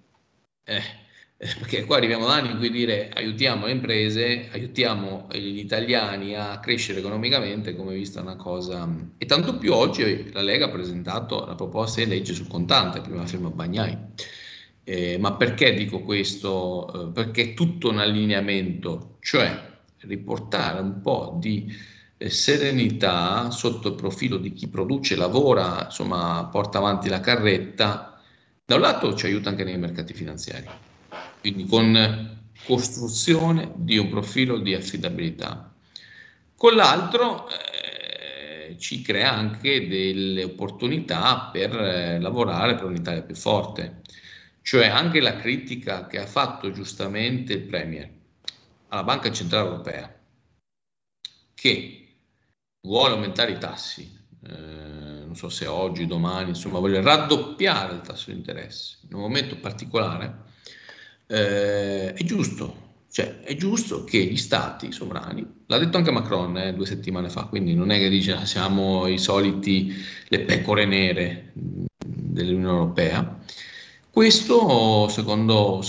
Perché qua arriviamo da anni in cui dire aiutiamo le imprese, aiutiamo gli italiani a crescere economicamente, come vista una cosa. E tanto più oggi la Lega ha presentato la proposta di legge sul contante, prima firma Bagnai. Ma perché dico questo? Perché è tutto un allineamento, cioè riportare un po' di serenità sotto il profilo di chi produce, lavora, insomma, porta avanti la carretta. Da un lato ci aiuta anche nei mercati finanziari, quindi con costruzione di un profilo di affidabilità. Con l'altro ci crea anche delle opportunità per lavorare per un'Italia più forte. Cioè anche la critica che ha fatto giustamente il Premier alla Banca Centrale Europea, che vuole aumentare i tassi, non so se oggi, domani, insomma, vuole raddoppiare il tasso di interesse in un momento particolare, è giusto. Cioè, è giusto che gli stati sovrani, l'ha detto anche Macron 2 settimane fa, quindi non è che dice siamo i soliti, le pecore nere dell'Unione Europea. Questo secondo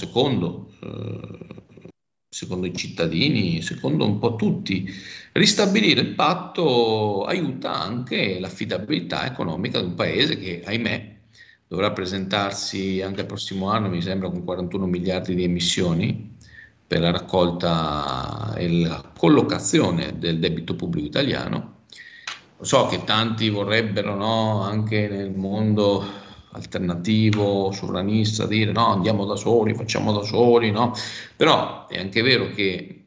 i cittadini, secondo un po' tutti, ristabilire il patto aiuta anche l'affidabilità economica di un paese che, ahimè, dovrà presentarsi anche il prossimo anno, mi sembra, con 41 miliardi di emissioni per la raccolta e la collocazione del debito pubblico italiano. Lo so che tanti vorrebbero, no, anche nel mondo alternativo, sovranista, dire no, andiamo da soli, facciamo da soli, no? Però è anche vero che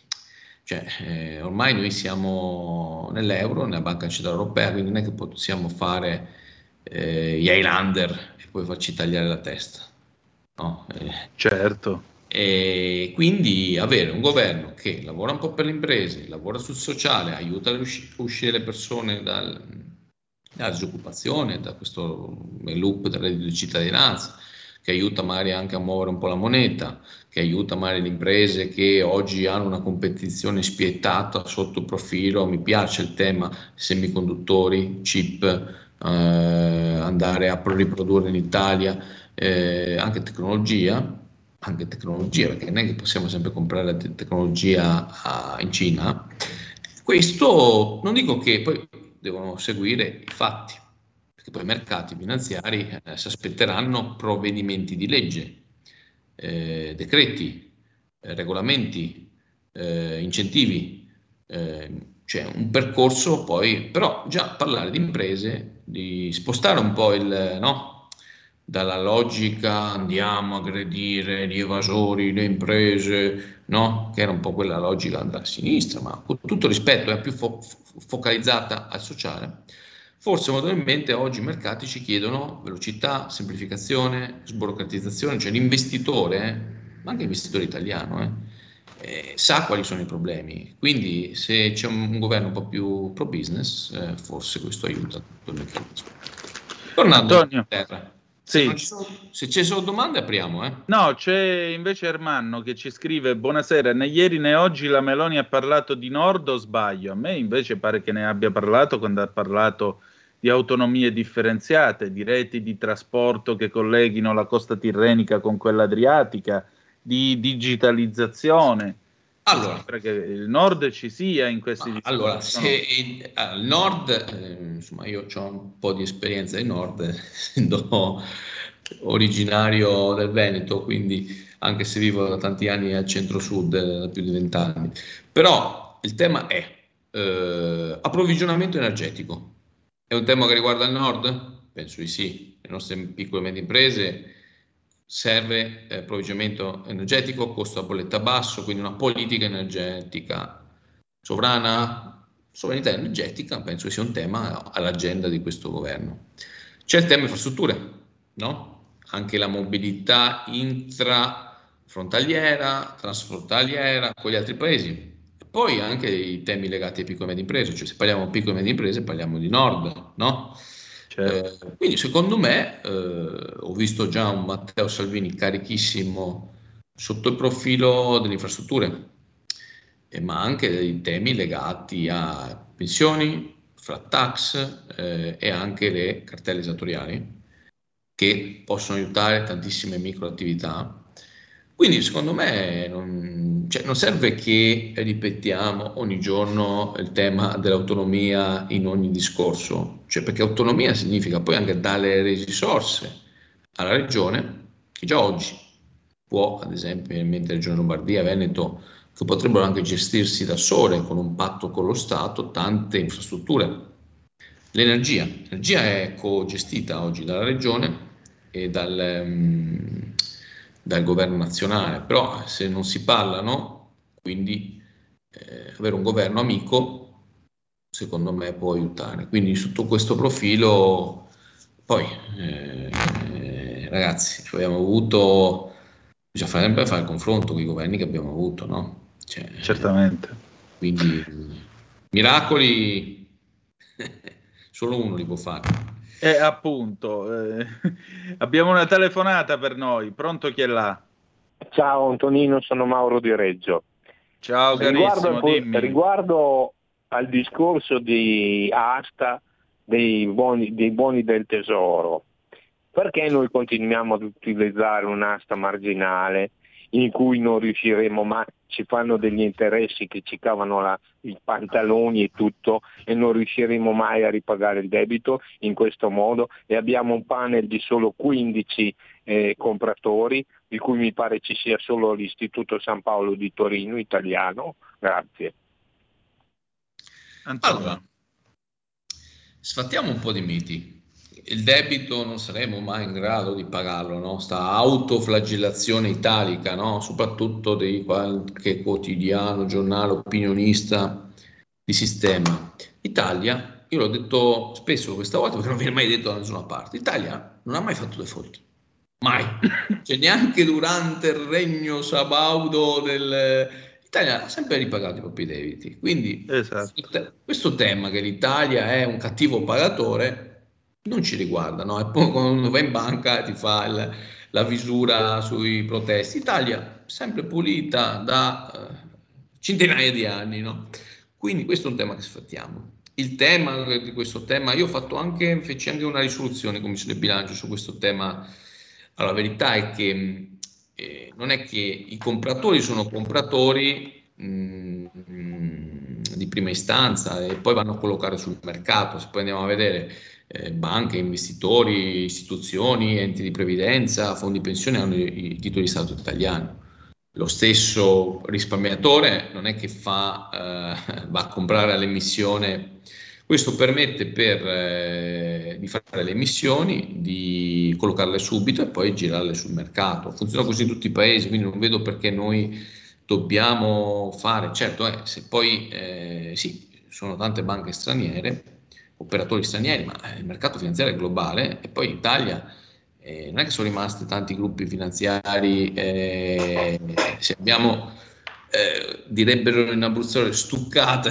ormai noi siamo nell'euro, nella Banca Centrale Europea, quindi non è che possiamo fare gli Highlander e poi farci tagliare la testa, no? Certo. E quindi avere un governo che lavora un po' per le imprese, lavora sul sociale, aiuta a uscire le persone dalla disoccupazione, da questo loop del reddito di cittadinanza, che aiuta magari anche a muovere un po' la moneta, che aiuta magari le imprese che oggi hanno una competizione spietata sotto il profilo, mi piace il tema semiconduttori, chip, andare a riprodurre in Italia, anche tecnologia, perché non è che possiamo sempre comprare la tecnologia in Cina. Questo non dico che poi devono seguire i fatti, perché poi i mercati finanziari si aspetteranno provvedimenti di legge, decreti, regolamenti, incentivi, c'è un percorso poi, però già parlare di imprese, di spostare un po' dalla logica andiamo a aggredire gli evasori, le imprese, no? Che era un po' quella logica da sinistra, ma con tutto rispetto è più focalizzata al sociale. Forse probabilmente oggi i mercati ci chiedono velocità, semplificazione, sburocratizzazione, cioè l'investitore, ma anche l'investitore italiano, sa quali sono i problemi, quindi se c'è un governo un po' più pro business, forse questo aiuta tutto il meccanismo. Tornando a terra. Sì. Se ci sono domande apriamo. No, c'è invece Ermanno che ci scrive: buonasera, né ieri né oggi la Meloni ha parlato di Nord o sbaglio? A me invece pare che ne abbia parlato quando ha parlato di autonomie differenziate, di reti di trasporto che colleghino la costa tirrenica con quella adriatica, di digitalizzazione. Allora, sembra che il Nord ci sia in questi discorsi. Allora, se il Nord, insomma, io ho un po' di esperienza in Nord, essendo originario del Veneto, quindi anche se vivo da tanti anni al centro-sud, da più di 20 anni. Però il tema è approvvigionamento energetico. È un tema che riguarda il Nord? Penso di sì. Le nostre piccole e medie imprese serve approvvigionamento energetico, costo a bolletta basso, quindi una politica energetica sovrana, sovranità energetica, penso che sia un tema all'agenda di questo governo. C'è il tema infrastrutture, no? Anche la mobilità intrafrontaliera, transfrontaliera con gli altri paesi. Poi anche i temi legati alle piccole e medie imprese, cioè se parliamo di piccole e medie imprese parliamo di Nord, no? Certo. Quindi secondo me ho visto già un Matteo Salvini carichissimo sotto il profilo delle infrastrutture, ma anche dei temi legati a pensioni, flat tax e anche le cartelle esattoriali che possono aiutare tantissime micro attività. Quindi secondo me non serve che ripetiamo ogni giorno il tema dell'autonomia in ogni discorso, cioè perché autonomia significa poi anche dare le risorse alla regione che già oggi può, ad esempio, mentre Regione Lombardia, Veneto, che potrebbero anche gestirsi da sole con un patto con lo Stato, tante infrastrutture. L'energia è co-gestita oggi dalla regione e dal governo nazionale, però se non si parlano, quindi avere un governo amico secondo me può aiutare. Quindi sotto questo profilo poi ragazzi abbiamo avuto, bisogna sempre fare il confronto con i governi che abbiamo avuto, no? Certamente. Quindi miracoli Solo uno li può fare. Appunto, abbiamo una telefonata per noi. Pronto, chi è là? Ciao Antonino, sono Mauro di Reggio. Ciao carissimo, dimmi. Riguardo al discorso di asta dei buoni del tesoro, perché noi continuiamo ad utilizzare un'asta marginale in cui non riusciremo mai, ci fanno degli interessi che ci cavano i pantaloni e tutto, e non riusciremo mai a ripagare il debito in questo modo, e abbiamo un panel di solo 15 compratori, di cui mi pare ci sia solo l'Istituto San Paolo di Torino italiano. Grazie. Allora, sfattiamo un po' di miti. Il debito non saremo mai in grado di pagarlo, no? Sta autoflagellazione italica, no? Soprattutto di qualche quotidiano, giornale, opinionista di sistema. Italia, io l'ho detto spesso questa volta perché non viene mai detto da nessuna parte, Italia non ha mai fatto default, mai, cioè neanche durante il regno sabaudo l'Italia ha sempre ripagato i propri debiti, quindi questo tema che l'Italia è un cattivo pagatore non ci riguarda, no? E poi quando vai in banca ti fa la visura sui protesti. Italia sempre pulita da centinaia di anni, no? Quindi questo è un tema che sfattiamo. Il tema di questo tema, io feci anche una risoluzione in Commissione Bilancio su questo tema. Allora, la verità è che non è che i compratori sono compratori di prima istanza e poi vanno a collocare sul mercato. Se poi andiamo a vedere banche, investitori, istituzioni, enti di previdenza, fondi pensione hanno i titoli di Stato italiani. Lo stesso risparmiatore non è che va a comprare all'emissione. Questo permette di fare le emissioni, di collocarle subito e poi girarle sul mercato. Funziona così in tutti i paesi, quindi non vedo perché noi dobbiamo fare. Certo, se poi sì, sono tante banche straniere, operatori stranieri, ma il mercato finanziario è globale, e poi in Italia non è che sono rimasti tanti gruppi finanziari, se abbiamo, direbbero in Abruzzo, stuccate,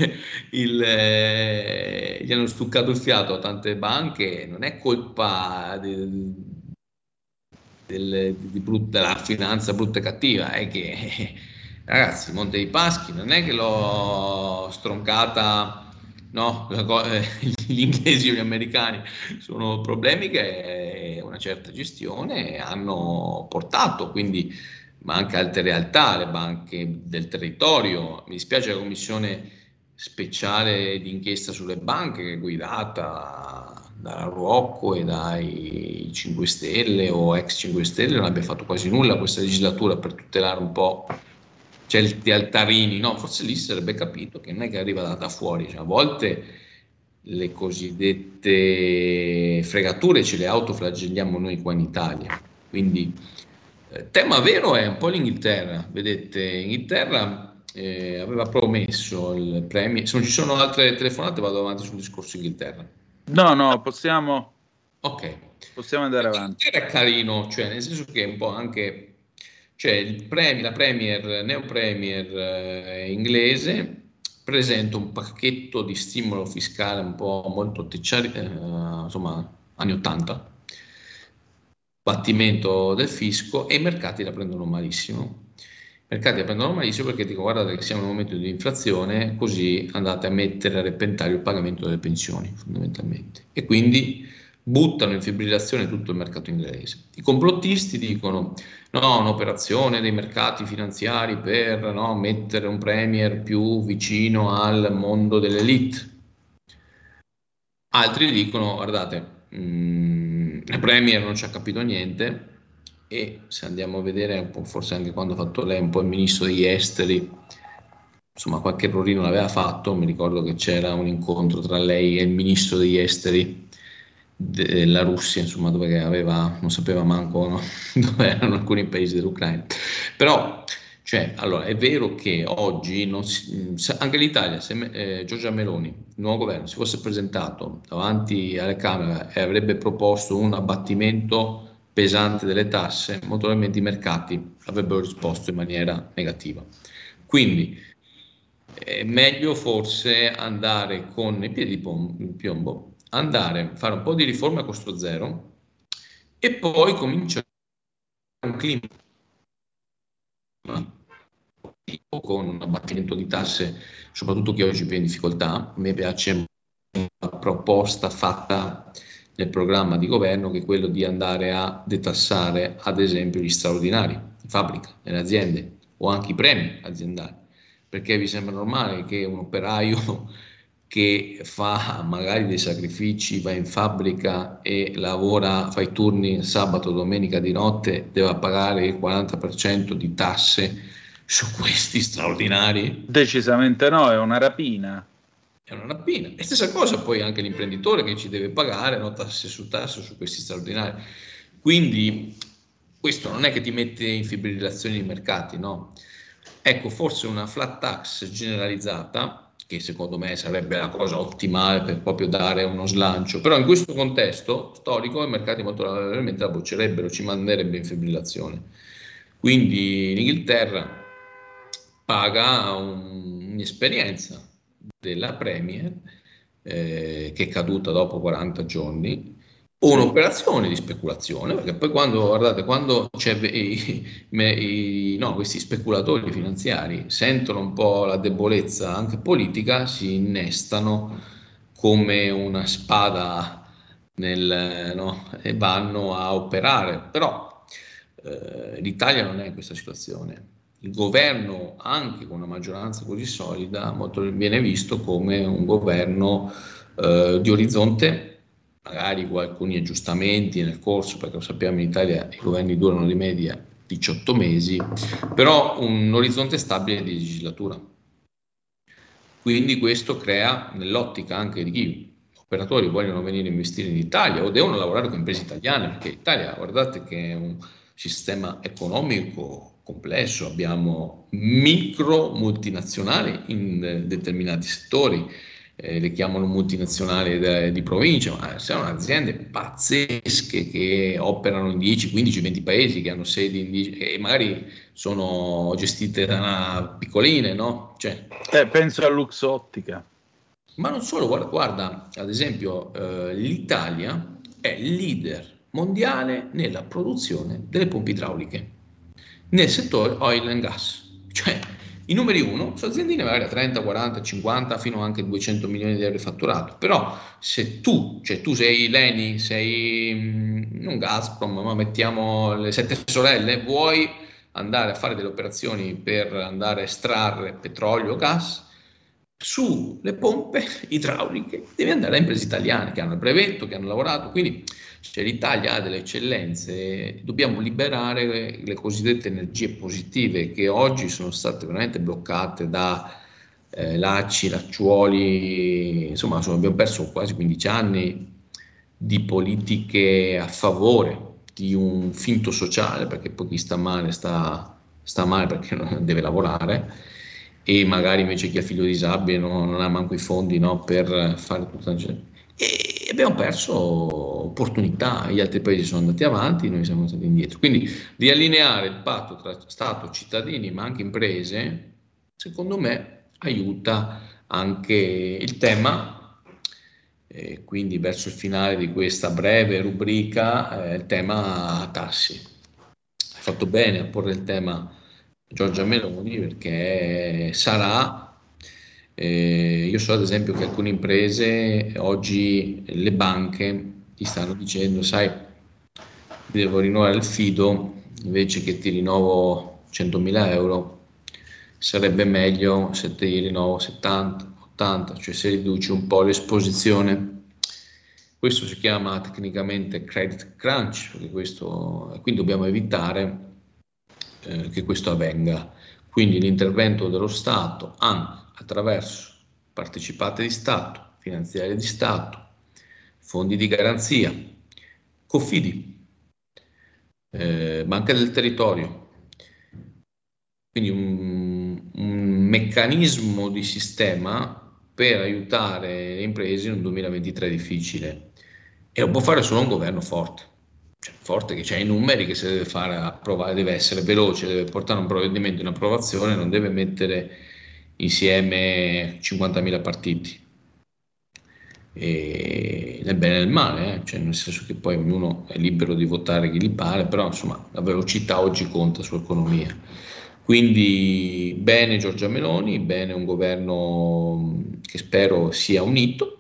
gli hanno stuccato il fiato a tante banche, non è colpa della finanza brutta e cattiva, è che ragazzi, Monte dei Paschi non è che l'ho stroncata. No, gli inglesi o gli americani, sono problemi che una certa gestione hanno portato, quindi, ma anche altre realtà, le banche del territorio. Mi dispiace la commissione speciale d'inchiesta sulle banche, che è guidata da Rocco e dai 5 Stelle o ex 5 Stelle, non abbia fatto quasi nulla questa legislatura per tutelare un po' certi altarini, no? Forse lì si sarebbe capito che non è che arriva da fuori, cioè, a volte le cosiddette fregature ce le autoflagelliamo noi qua in Italia. Quindi tema vero è un po' l'Inghilterra. Vedete, Inghilterra aveva promesso il premio. Se non ci sono altre telefonate vado avanti sul discorso Inghilterra. No, possiamo andare avanti. Inghilterra è carino, cioè nel senso che un po' anche, cioè la neo premier inglese presenta un pacchetto di stimolo fiscale un po' molto insomma anni 80, battimento del fisco, e i mercati la prendono malissimo. Perché dico, guardate che siamo in un momento di inflazione, così andate a mettere a repentaglio il pagamento delle pensioni fondamentalmente, e quindi buttano in fibrillazione tutto il mercato inglese. I complottisti dicono no, un'operazione dei mercati finanziari per mettere un premier più vicino al mondo dell'elite. Altri dicono guardate, il premier non ci ha capito niente, e se andiamo a vedere un po', forse anche quando ha fatto lei un po' il ministro degli esteri, insomma qualche errorino l'aveva fatto. Mi ricordo che c'era un incontro tra lei e il ministro degli esteri della Russia, insomma, dove non sapeva manco dove erano alcuni paesi dell'Ucraina. Però, allora, è vero che oggi anche l'Italia, se Giorgia Meloni, il nuovo governo, si fosse presentato davanti alle Camere e avrebbe proposto un abbattimento pesante delle tasse, molto probabilmente i mercati avrebbero risposto in maniera negativa. Quindi è meglio forse andare con i piedi di piombo, andare a fare un po' di riforme a costo zero e poi cominciare un clima con un abbattimento di tasse, soprattutto chi oggi è in difficoltà. A me piace una proposta fatta nel programma di governo, che è quello di andare a detassare ad esempio gli straordinari in fabbrica, nelle aziende, o anche i premi aziendali, perché vi sembra normale che un operaio che fa magari dei sacrifici, va in fabbrica e lavora, fa i turni sabato, domenica di notte, deve pagare il 40% di tasse su questi straordinari? Decisamente no, è una rapina. È una rapina. E stessa cosa poi anche l'imprenditore che ci deve pagare, no, tasse su questi straordinari. Quindi questo non è che ti mette in fibrillazione i mercati, no? Ecco, forse una flat tax generalizzata, che secondo me sarebbe la cosa ottimale per proprio dare uno slancio, però in questo contesto storico i mercati molto probabilmente la boccerebbero, ci manderebbe in fibrillazione. Quindi l'Inghilterra paga un'esperienza della Premier che è caduta dopo 40 giorni, un'operazione di speculazione, perché poi quando c'è questi speculatori finanziari sentono un po' la debolezza anche politica, si innestano come una spada e vanno a operare. Però l'Italia non è in questa situazione. Il governo, anche con una maggioranza così solida, viene visto come un governo di orizzonte, magari con alcuni aggiustamenti nel corso, perché lo sappiamo in Italia i governi durano di media 18 mesi, però un orizzonte stabile di legislatura. Quindi questo crea, nell'ottica anche di chi operatori vogliono venire a investire in Italia o devono lavorare con imprese italiane, perché l'Italia, guardate che è un sistema economico complesso, abbiamo micro multinazionali in determinati settori, le chiamano multinazionali di provincia, ma sono aziende pazzesche che operano in 10, 15, 20 paesi, che hanno sedi e magari sono gestite da una piccoline, no? Penso a Luxottica. Ma non solo, guarda ad esempio l'Italia è leader mondiale nella produzione delle pompe idrauliche nel settore oil and gas, cioè i numeri uno sono aziendine magari a 30, 40, 50 fino anche 200 milioni di euro di fatturato. Però se tu sei l'Eni, sei non Gazprom, ma mettiamo le Sette Sorelle, vuoi andare a fare delle operazioni per andare a estrarre petrolio o gas, sulle pompe idrauliche devi andare a imprese italiane che hanno il brevetto, che hanno lavorato. Quindi l'Italia ha delle eccellenze, dobbiamo liberare le cosiddette energie positive che oggi sono state veramente bloccate da lacciuoli, insomma abbiamo perso quasi 15 anni di politiche a favore di un finto sociale, perché poi chi sta male sta male perché non deve lavorare, e magari invece chi ha figlio disabile non ha manco i fondi, no, per fare tutta la gente. E abbiamo perso opportunità, gli altri paesi sono andati avanti, noi siamo stati indietro. Quindi riallineare il patto tra Stato, cittadini ma anche imprese, secondo me aiuta anche il tema, quindi verso il finale di questa breve rubrica, il tema tassi. Ha fatto bene a porre il tema Giorgia Meloni, perché sarà... io so ad esempio che alcune imprese oggi, le banche ti stanno dicendo: sai, devo rinnovare il fido, invece che ti rinnovo 100.000 euro, sarebbe meglio se ti rinnovo 70, 80, cioè se riduci un po' l'esposizione. Questo si chiama tecnicamente credit crunch, perché quindi dobbiamo evitare che questo avvenga. Quindi l'intervento dello Stato anche attraverso partecipate di Stato, finanziarie di Stato, fondi di garanzia, Confidi, Banca del Territorio, quindi un meccanismo di sistema per aiutare le imprese in un 2023 difficile, e lo può fare solo un governo forte. Forte, che c'ha i numeri, che se deve fare approvare, deve essere veloce, deve portare un provvedimento in approvazione, non deve mettere insieme 50.000 partiti. E nel bene e nel male, cioè nel senso che poi ognuno è libero di votare chi gli pare, però insomma la velocità oggi conta sull'economia. Quindi bene Giorgia Meloni, bene un governo che spero sia unito,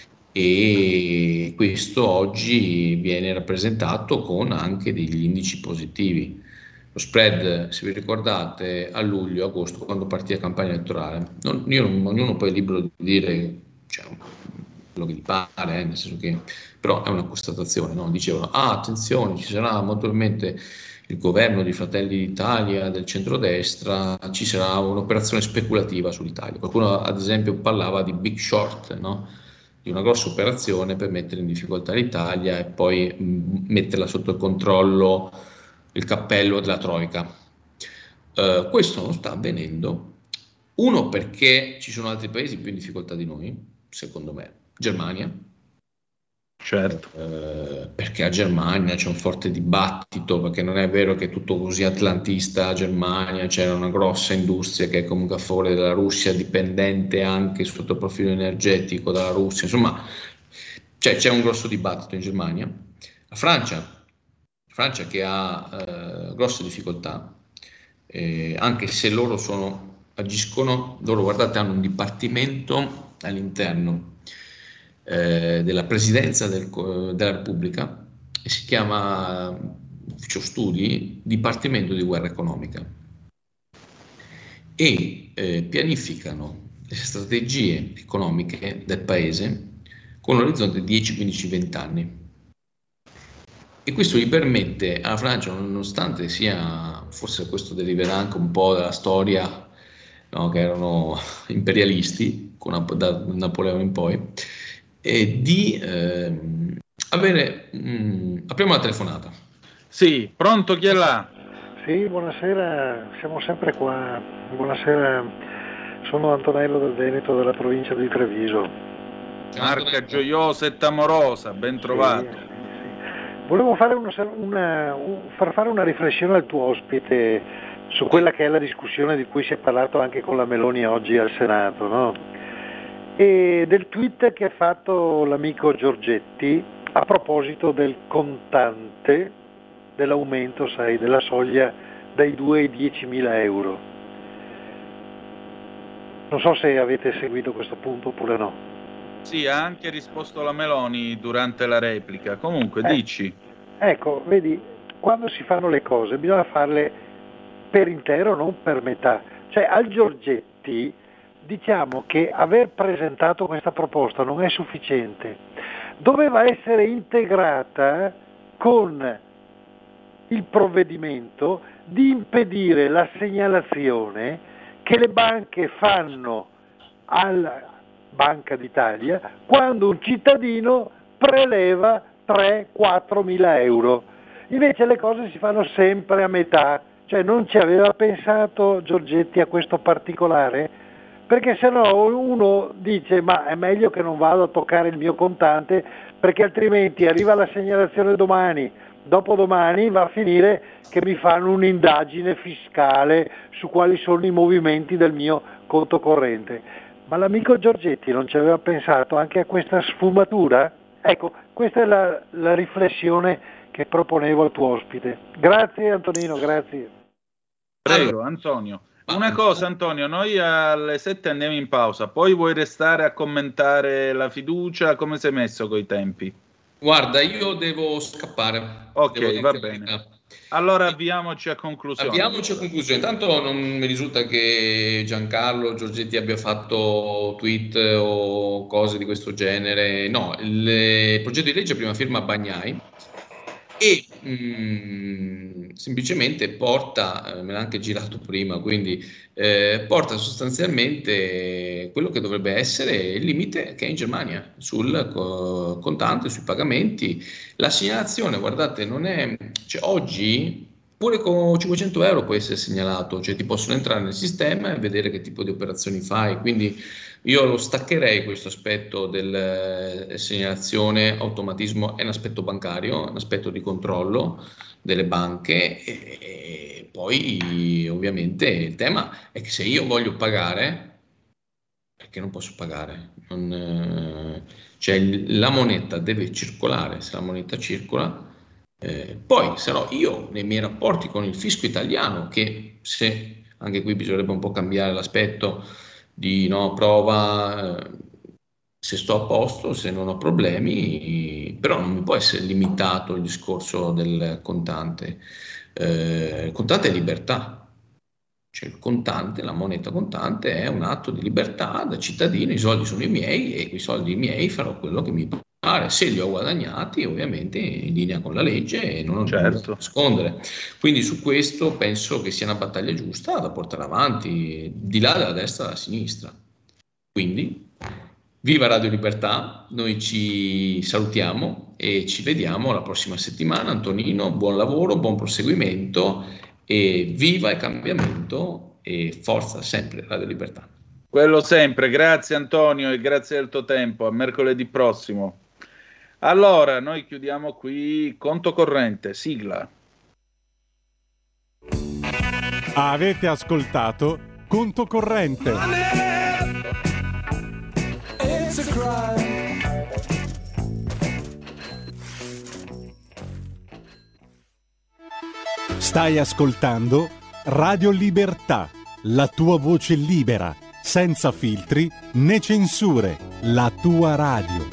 e questo oggi viene rappresentato con anche degli indici positivi. Lo spread, se vi ricordate, a luglio, agosto, quando partì la campagna elettorale, ognuno poi è libero di dire, cioè, quello che gli pare, nel senso che, però è una constatazione, no? Dicevano, attenzione, ci sarà molto probabilmente il governo di Fratelli d'Italia, del centrodestra, ci sarà un'operazione speculativa sull'Italia. Qualcuno ad esempio parlava di big short, no? Di una grossa operazione per mettere in difficoltà l'Italia e poi metterla sotto il controllo, il cappello della Troica. Questo non sta avvenendo, uno perché ci sono altri paesi più in difficoltà di noi, secondo me. Germania, certo, perché a Germania c'è un forte dibattito, perché non è vero che è tutto così atlantista a Germania, c'era una grossa industria che è comunque a favore della Russia, dipendente anche sotto il profilo energetico dalla Russia, insomma c'è un grosso dibattito in Germania. La Francia che ha grosse difficoltà, anche se loro agiscono, guardate, hanno un dipartimento all'interno della Presidenza della Repubblica, e si chiama Ufficio Studi, Dipartimento di Guerra Economica, e pianificano le strategie economiche del paese con un orizzonte di 10, 15, 20 anni. E questo gli permette alla Francia, nonostante sia, forse questo deriverà anche un po' dalla storia, no, che erano imperialisti da Napoleone in poi, di avere. Apriamo la telefonata. Sì, pronto, chi è là? Sì, buonasera, siamo sempre qua. Buonasera, sono Antonello del Veneto, della provincia di Treviso. Marca gioiosa e amorosa, ben trovato. Sì. Volevo fare far fare una riflessione al tuo ospite su quella che è la discussione di cui si è parlato anche con la Meloni oggi al Senato, no? E del tweet che ha fatto l'amico Giorgetti a proposito del contante, dell'aumento, sai, della soglia dai 2 ai 10.000 euro. Non so se avete seguito questo punto oppure no. Sì, ha anche risposto la Meloni durante la replica. Comunque, dici. Ecco, vedi, quando si fanno le cose bisogna farle per intero, non per metà. Cioè, al Giorgetti diciamo che aver presentato questa proposta non è sufficiente. Doveva essere integrata con il provvedimento di impedire la segnalazione che le banche fanno alla Banca d'Italia quando un cittadino preleva 3-4 mila euro. Invece le cose si fanno sempre a metà, cioè non ci aveva pensato Giorgetti a questo particolare, perché se no uno dice ma è meglio che non vado a toccare il mio contante perché altrimenti arriva la segnalazione domani, dopodomani va a finire che mi fanno un'indagine fiscale su quali sono i movimenti del mio conto corrente. Ma l'amico Giorgetti non ci aveva pensato anche a questa sfumatura? Ecco, questa è la riflessione che proponevo al tuo ospite. Grazie Antonino, grazie. Prego Antonio. Una cosa Antonio, noi alle 7 andiamo in pausa, poi vuoi restare a commentare la fiducia? Come sei messo coi tempi? Guarda, io devo scappare. Ok, va bene. Allora avviamoci a conclusione. Intanto non mi risulta che Giancarlo Giorgetti abbia fatto tweet o cose di questo genere. No, il progetto di legge prima firma Bagnai e semplicemente porta, me l'ha anche girato prima, quindi porta sostanzialmente quello che dovrebbe essere il limite che è in Germania sul contante, sui pagamenti. La segnalazione, guardate, non è, cioè, oggi pure con 500 euro può essere segnalato, cioè ti possono entrare nel sistema e vedere che tipo di operazioni fai, quindi io lo staccherei questo aspetto del segnalazione, automatismo, è un aspetto bancario, un aspetto di controllo delle banche e poi ovviamente il tema è che se io voglio pagare perché non posso pagare. Cioè la moneta deve circolare, se la moneta circola, poi sarò io nei miei rapporti con il fisco italiano che, se anche qui bisognerebbe un po' cambiare l'aspetto di no, prova se sto a posto, se non ho problemi, però non mi può essere limitato il discorso del contante. Il contante è libertà. Cioè il contante, la moneta contante è un atto di libertà da cittadino, i soldi sono i miei e quei soldi miei farò quello che mi pare, se li ho guadagnati ovviamente in linea con la legge e non ho nulla da nascondere. Quindi su questo penso che sia una battaglia giusta da portare avanti, di là dalla destra e dalla sinistra. Quindi viva Radio Libertà, noi ci salutiamo e ci vediamo la prossima settimana. Antonino, buon lavoro, buon proseguimento. E viva il cambiamento e forza sempre Radio Libertà. Quello sempre, grazie Antonio e grazie del tuo tempo, a mercoledì prossimo. Allora, noi chiudiamo qui conto corrente, sigla. Avete ascoltato Conto Corrente. It's a crime. Stai ascoltando Radio Libertà, la tua voce libera, senza filtri né censure, la tua radio.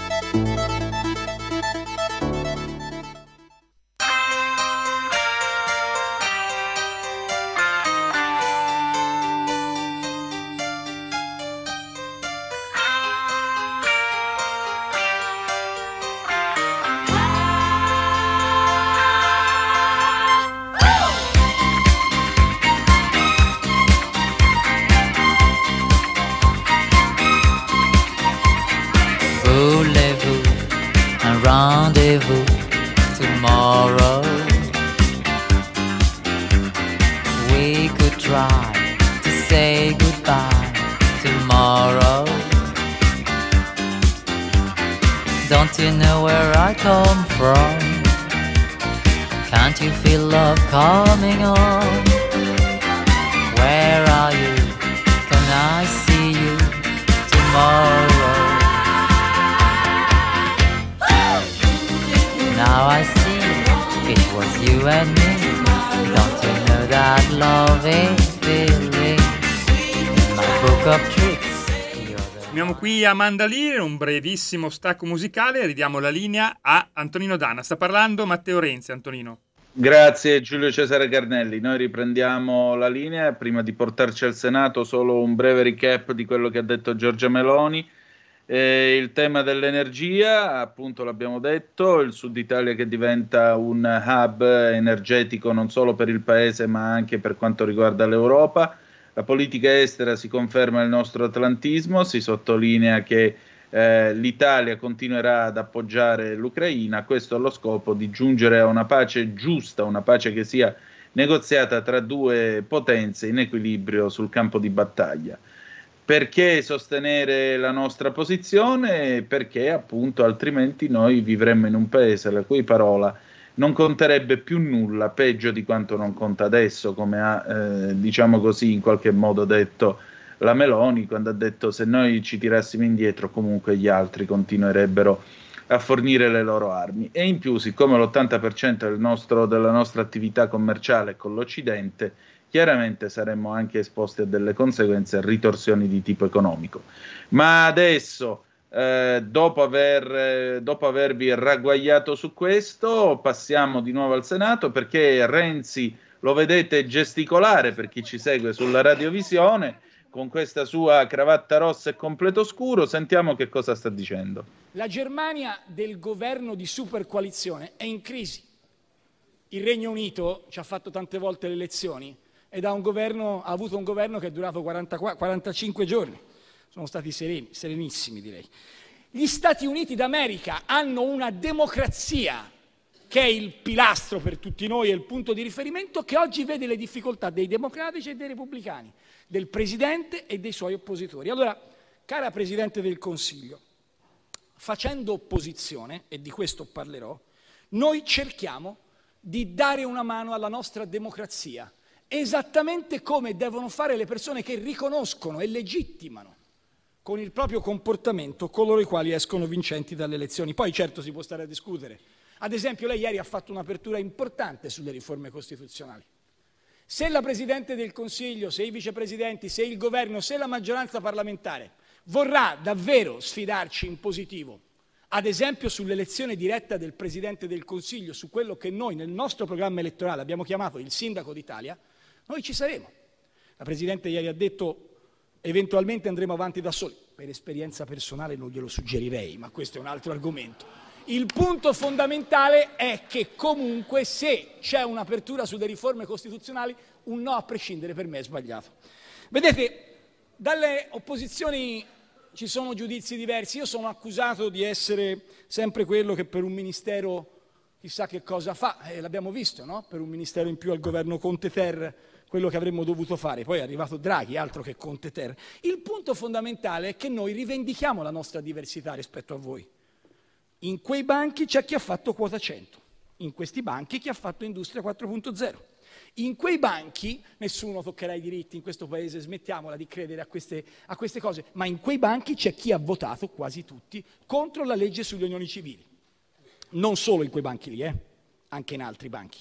Tomorrow we could try to say goodbye. Tomorrow, don't you know where I come from? Can't you feel love coming on? Where are you? Can I see you tomorrow? Now I see it was you and me. Don't you know that love is feeling in my book of tricks? Siamo qui a Mandalire, un brevissimo stacco musicale, ridiamo la linea a Antonino Danna. Sta parlando Matteo Renzi. Antonino. Grazie Giulio Cesare Carnelli, noi riprendiamo la linea. Prima di portarci al Senato solo un breve recap di quello che ha detto Giorgia Meloni. Il tema dell'energia, appunto l'abbiamo detto, il Sud Italia che diventa un hub energetico non solo per il paese ma anche per quanto riguarda l'Europa. La politica estera si conferma il nostro atlantismo, si sottolinea che l'Italia continuerà ad appoggiare l'Ucraina, questo allo scopo di giungere a una pace giusta, una pace che sia negoziata tra due potenze in equilibrio sul campo di battaglia. Perché sostenere la nostra posizione? Perché appunto altrimenti noi vivremmo in un paese la cui parola non conterebbe più nulla, peggio di quanto non conta adesso, come ha diciamo così in qualche modo detto la Meloni, quando ha detto se noi ci tirassimo indietro comunque gli altri continuerebbero a fornire le loro armi. E in più, siccome l'80% della nostra attività commerciale è con l'Occidente, chiaramente saremmo anche esposti a delle conseguenze, a ritorsioni di tipo economico. Ma adesso, dopo avervi ragguagliato su questo, passiamo di nuovo al Senato, perché Renzi lo vedete gesticolare, per chi ci segue sulla radiovisione, con questa sua cravatta rossa e completo scuro. Sentiamo che cosa sta dicendo. La Germania del governo di supercoalizione è in crisi. Il Regno Unito ci ha fatto tante volte le elezioni ed ha avuto un governo che è durato 45 giorni. Sono stati serenissimi, direi. Gli Stati Uniti d'America hanno una democrazia che è il pilastro per tutti noi e il punto di riferimento, che oggi vede le difficoltà dei democratici e dei repubblicani, del Presidente e dei suoi oppositori. Allora, cara Presidente del Consiglio, facendo opposizione, e di questo parlerò, noi cerchiamo di dare una mano alla nostra democrazia, esattamente come devono fare le persone che riconoscono e legittimano con il proprio comportamento coloro i quali escono vincenti dalle elezioni. Poi certo si può stare a discutere. Ad esempio lei ieri ha fatto un'apertura importante sulle riforme costituzionali. Se la Presidente del Consiglio, se i vicepresidenti, se il governo, se la maggioranza parlamentare vorrà davvero sfidarci in positivo, ad esempio sull'elezione diretta del Presidente del Consiglio, su quello che noi nel nostro programma elettorale abbiamo chiamato il Sindaco d'Italia, noi ci saremo. La Presidente ieri ha detto eventualmente andremo avanti da soli. Per esperienza personale non glielo suggerirei, ma questo è un altro argomento. Il punto fondamentale è che comunque se c'è un'apertura sulle riforme costituzionali, un no a prescindere per me è sbagliato. Vedete, dalle opposizioni ci sono giudizi diversi. Io sono accusato di essere sempre quello che per un ministero chissà che cosa fa, l'abbiamo visto, no? Per un ministero in più al governo Conte-Ter, quello che avremmo dovuto fare. Poi è arrivato Draghi, altro che Conte-Ter. Il punto fondamentale è che noi rivendichiamo la nostra diversità rispetto a voi. In quei banchi c'è chi ha fatto quota 100, in questi banchi chi ha fatto Industria 4.0. In quei banchi nessuno toccherà i diritti in questo paese, smettiamola di credere a queste cose, ma in quei banchi c'è chi ha votato, quasi tutti, contro la legge sulle unioni civili. Non solo in quei banchi lì, anche in altri banchi.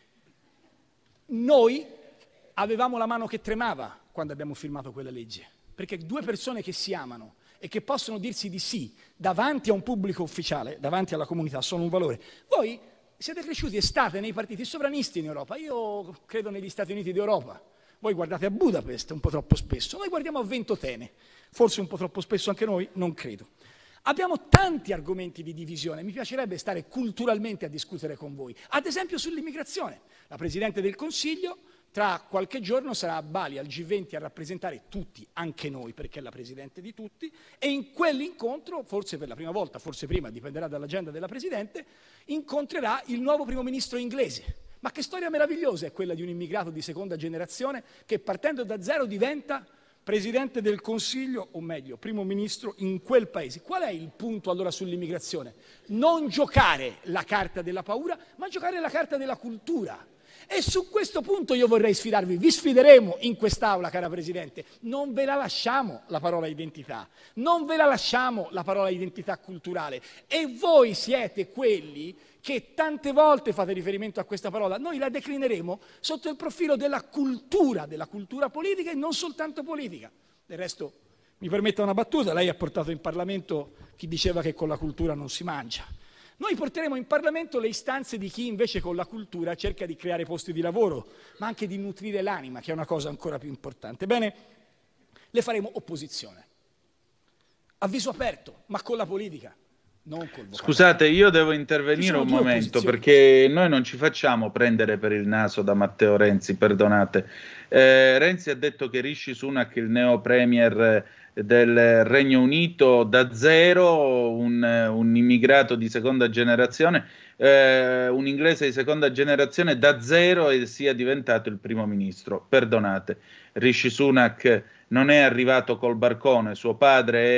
Noi avevamo la mano che tremava quando abbiamo firmato quella legge, perché due persone che si amano e che possono dirsi di sì davanti a un pubblico ufficiale, davanti alla comunità, sono un valore. Voi siete cresciuti e state nei partiti sovranisti in Europa. Io credo negli Stati Uniti d'Europa. Voi guardate a Budapest un po' troppo spesso, noi guardiamo a Ventotene, forse un po' troppo spesso anche noi, non credo. Abbiamo tanti argomenti di divisione, mi piacerebbe stare culturalmente a discutere con voi, ad esempio sull'immigrazione. La Presidente del Consiglio tra qualche giorno sarà a Bali al G20 a rappresentare tutti, anche noi, perché è la Presidente di tutti, e in quell'incontro, forse per la prima volta, forse prima, dipenderà dall'agenda della Presidente, incontrerà il nuovo primo ministro inglese. Ma che storia meravigliosa è quella di un immigrato di seconda generazione che partendo da zero diventa Presidente del Consiglio, o meglio, primo ministro in quel paese. Qual è il punto allora sull'immigrazione? Non giocare la carta della paura, ma giocare la carta della cultura. E su questo punto io vorrei sfidarvi, vi sfideremo in quest'Aula, cara Presidente, non ve la lasciamo la parola identità, non ve la lasciamo la parola identità culturale e voi siete quelli che tante volte fate riferimento a questa parola, noi la declineremo sotto il profilo della cultura politica e non soltanto politica. Del resto, mi permetta una battuta, lei ha portato in Parlamento chi diceva che con la cultura non si mangia. Noi porteremo in Parlamento le istanze di chi invece con la cultura cerca di creare posti di lavoro, ma anche di nutrire l'anima, che è una cosa ancora più importante. Bene, le faremo opposizione, a viso aperto, ma con la politica, non col vocabolario. Scusate, io devo intervenire un momento, perché noi non ci facciamo prendere per il naso da Matteo Renzi, perdonate. Renzi ha detto che Rishi Sunak, il neo premier del Regno Unito, da zero, un immigrato di seconda generazione, un inglese di seconda generazione da zero e sia diventato il primo ministro. Perdonate, Rishi Sunak non è arrivato col barcone, suo padre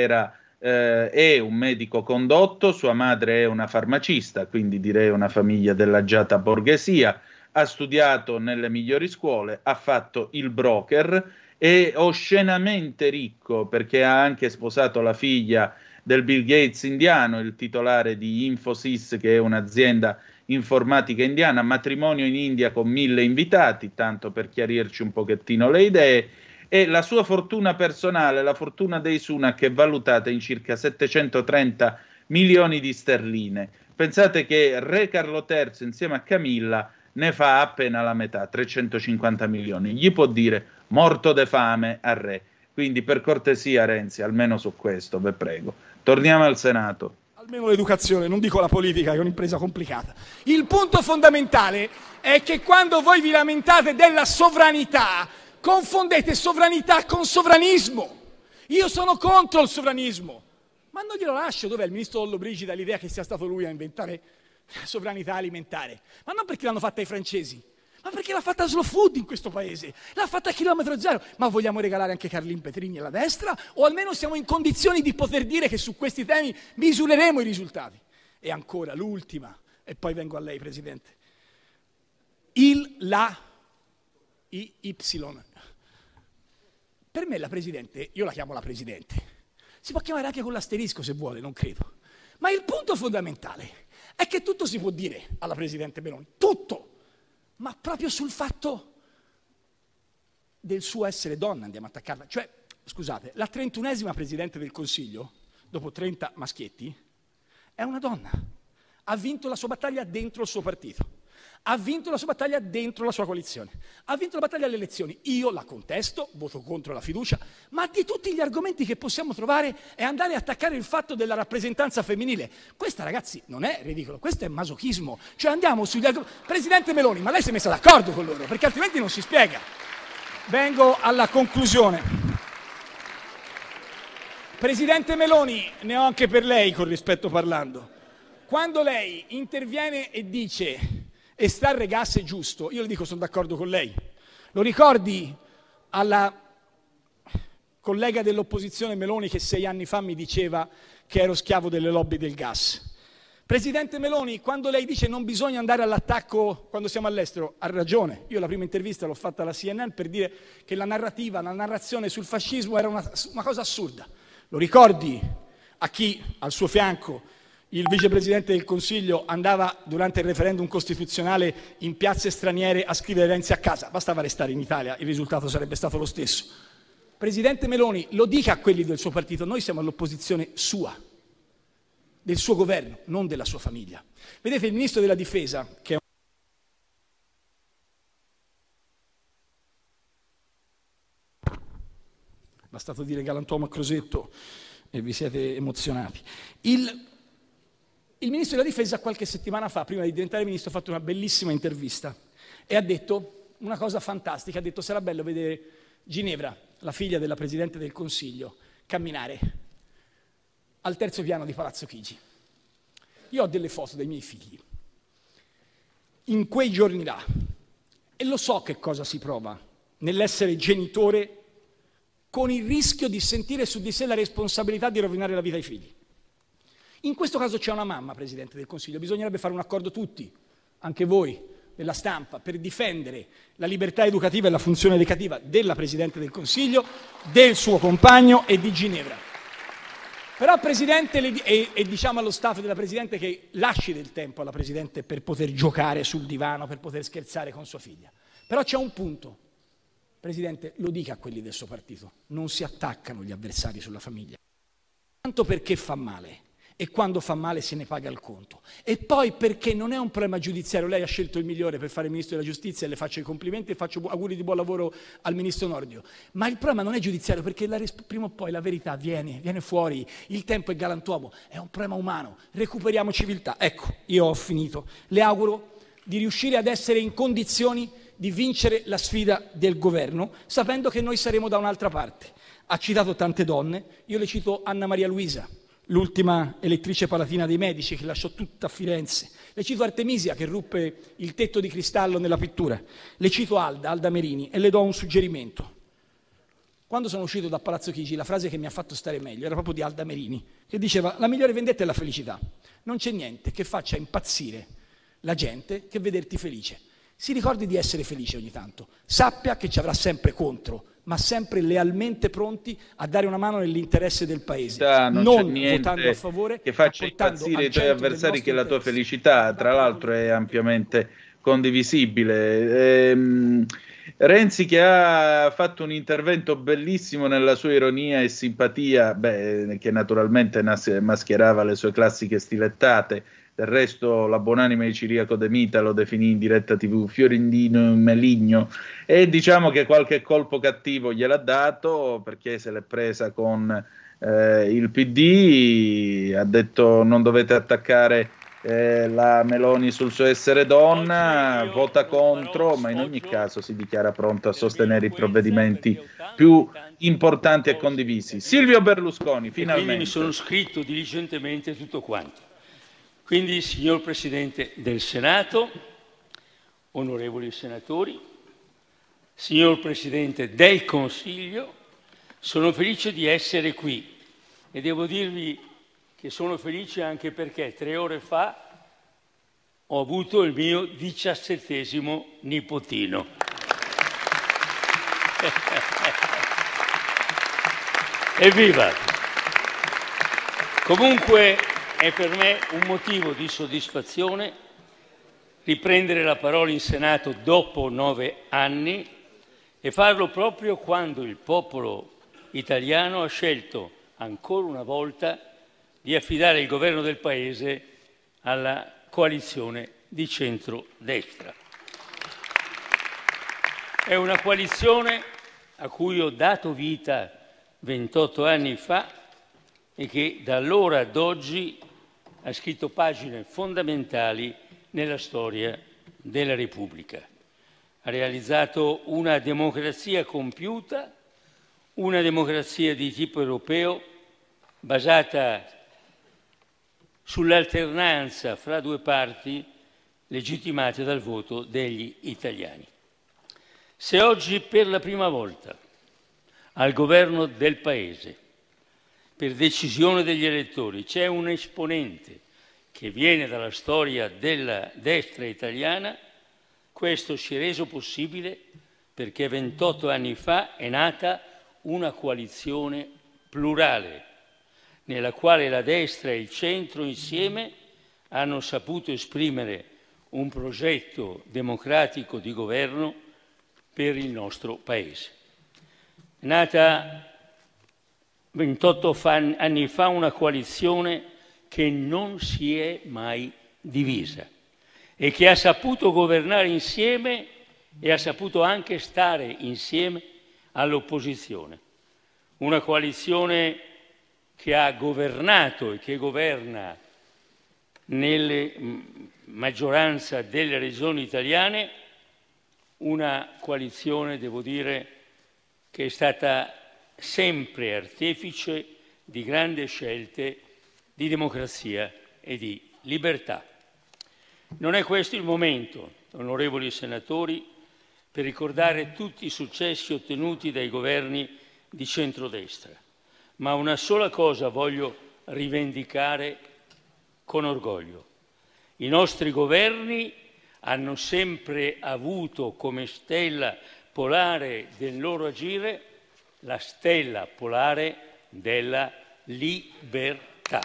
è un medico condotto, sua madre è una farmacista, quindi direi una famiglia dell'agiata borghesia, ha studiato nelle migliori scuole, ha fatto il broker, è oscenamente ricco perché ha anche sposato la figlia del Bill Gates indiano, il titolare di Infosys, che è un'azienda informatica indiana, matrimonio in India con 1000 invitati, tanto per chiarirci un pochettino le idee, e la sua fortuna personale, la fortuna dei Sunak, è valutata in circa 730 milioni di sterline. Pensate che Re Carlo III insieme a Camilla ne fa appena la metà, 350 milioni. Gli può dire morto de fame al re. Quindi per cortesia Renzi, almeno su questo, ve prego. Torniamo al Senato. Almeno l'educazione, non dico la politica, che è un'impresa complicata. Il punto fondamentale è che quando voi vi lamentate della sovranità, confondete sovranità con sovranismo. Io sono contro il sovranismo, ma non glielo lascio. Dov'è il ministro Lollobrigida l'idea che sia stato lui a inventare la sovranità alimentare? Ma non perché l'hanno fatta i francesi, ma perché l'ha fatta Slow Food in questo paese, l'ha fatta a chilometro zero. Ma vogliamo regalare anche Carlin Petrini alla destra? O almeno siamo in condizioni di poter dire che su questi temi misureremo i risultati? E ancora l'ultima, e poi vengo a lei, Presidente. Y. Per me la Presidente, io la chiamo la Presidente, Si può chiamare anche con l'asterisco se vuole, non credo. Ma il punto fondamentale è che tutto si può dire alla Presidente Meloni, tutto, ma proprio sul fatto del suo essere donna andiamo a attaccarla. Cioè, scusate, la 31esima Presidente del Consiglio, dopo 30 maschietti, è una donna. Ha vinto la sua battaglia dentro il suo partito. Ha vinto la sua battaglia dentro la sua coalizione. Ha vinto la battaglia alle elezioni. Io la contesto, voto contro la fiducia, ma di tutti gli argomenti che possiamo trovare è andare a attaccare il fatto della rappresentanza femminile. Questa, ragazzi, non è ridicolo, questo è masochismo. Cioè andiamo sugli argomenti. Presidente Meloni, ma lei si è messa d'accordo con loro, perché altrimenti non si spiega. Vengo alla conclusione. Presidente Meloni, ne ho anche per lei con rispetto parlando. Quando lei interviene e dice estrarre gas è giusto, io le dico sono d'accordo con lei. Lo ricordi alla collega dell'opposizione Meloni che 6 anni fa mi diceva che ero schiavo delle lobby del gas. Presidente Meloni, quando lei dice non bisogna andare all'attacco quando siamo all'estero, ha ragione. Io la prima intervista l'ho fatta alla CNN per dire che la narrazione sul fascismo era una cosa assurda. Lo ricordi a chi al suo fianco il vicepresidente del Consiglio andava durante il referendum costituzionale in piazze straniere a scrivere Renzi a casa? Bastava restare in Italia, il risultato sarebbe stato lo stesso. Presidente Meloni, lo dica a quelli del suo partito, noi siamo all'opposizione sua, del suo governo, non della sua famiglia. Vedete, il ministro della Difesa, che è bastato dire galantuomo a Crosetto e vi siete emozionati. Il ministro della Difesa qualche settimana fa, prima di diventare ministro, ha fatto una bellissima intervista e ha detto una cosa fantastica, ha detto sarà bello vedere Ginevra, la figlia della Presidente del Consiglio, camminare al 3° piano di Palazzo Chigi. Io ho delle foto dei miei figli in quei giorni là e lo so che cosa si prova nell'essere genitore con il rischio di sentire su di sé la responsabilità di rovinare la vita ai figli. In questo caso c'è una mamma, Presidente del Consiglio, bisognerebbe fare un accordo tutti, anche voi, della stampa, per difendere la libertà educativa e la funzione educativa della Presidente del Consiglio, del suo compagno e di Ginevra. Però, Presidente, e diciamo allo staff della Presidente che lasci del tempo alla Presidente per poter giocare sul divano, per poter scherzare con sua figlia. Però c'è un punto, Presidente, lo dica a quelli del suo partito, non si attaccano gli avversari sulla famiglia, tanto perché fa male. E quando fa male se ne paga il conto. E poi perché non è un problema giudiziario, lei ha scelto il migliore per fare il Ministro della Giustizia e le faccio i complimenti e faccio auguri di buon lavoro al Ministro Nordio, ma il problema non è giudiziario perché prima o poi la verità viene fuori, il tempo è galantuomo, è un problema umano, recuperiamo civiltà. Ecco, io ho finito, le auguro di riuscire ad essere in condizioni di vincere la sfida del governo, sapendo che noi saremo da un'altra parte. Ha citato tante donne, io le cito Anna Maria Luisa, l'ultima elettrice palatina dei Medici che lasciò tutta Firenze. Le cito Artemisia che ruppe il tetto di cristallo nella pittura. Le cito Alda Merini e le do un suggerimento. Quando sono uscito da Palazzo Chigi la frase che mi ha fatto stare meglio era proprio di Alda Merini, che diceva la migliore vendetta è la felicità. Non c'è niente che faccia impazzire la gente che vederti felice. Si ricordi di essere felice ogni tanto. Sappia che ci avrà sempre contro, ma sempre lealmente pronti a dare una mano nell'interesse del Paese, non votando a favore, che faccia impazzire i tuoi avversari che la tua felicità, tra l'altro, è ampiamente condivisibile. Renzi, che ha fatto un intervento bellissimo nella sua ironia e simpatia, che naturalmente mascherava le sue classiche stilettate. Del resto la buonanima di Ciriaco De Mita lo definì in diretta TV fiorentino maligno, e diciamo che qualche colpo cattivo gliel'ha dato perché se l'è presa con il PD, ha detto non dovete attaccare la Meloni sul suo essere donna, vota contro, ma in ogni caso si dichiara pronto a sostenere i provvedimenti più importanti e condivisi. Silvio Berlusconi, finalmente. Quindi mi sono scritto diligentemente tutto quanto. Quindi, signor Presidente del Senato, onorevoli senatori, signor Presidente del Consiglio, sono felice di essere qui e devo dirvi che sono felice anche perché 3 ore fa ho avuto il mio 17° nipotino. Evviva! Comunque è per me un motivo di soddisfazione riprendere la parola in Senato dopo 9 anni e farlo proprio quando il popolo italiano ha scelto ancora una volta di affidare il governo del Paese alla coalizione di centrodestra. È una coalizione a cui ho dato vita 28 anni fa e che da allora ad oggi ha scritto pagine fondamentali nella storia della Repubblica. Ha realizzato una democrazia compiuta, una democrazia di tipo europeo basata sull'alternanza fra due parti legittimate dal voto degli italiani. Se oggi per la prima volta al governo del Paese, per decisione degli elettori, c'è un esponente che viene dalla storia della destra italiana, questo si è reso possibile perché 28 anni fa è nata una coalizione plurale, nella quale la destra e il centro insieme hanno saputo esprimere un progetto democratico di governo per il nostro Paese. È nata 28 anni fa una coalizione che non si è mai divisa e che ha saputo governare insieme e ha saputo anche stare insieme all'opposizione. Una coalizione che ha governato e che governa nelle maggioranza delle regioni italiane, una coalizione, devo dire, che è stata sempre artefice di grandi scelte di democrazia e di libertà. Non è questo il momento, onorevoli senatori, per ricordare tutti i successi ottenuti dai governi di centrodestra, ma una sola cosa voglio rivendicare con orgoglio. I nostri governi hanno sempre avuto come stella polare del loro agire la stella polare della libertà.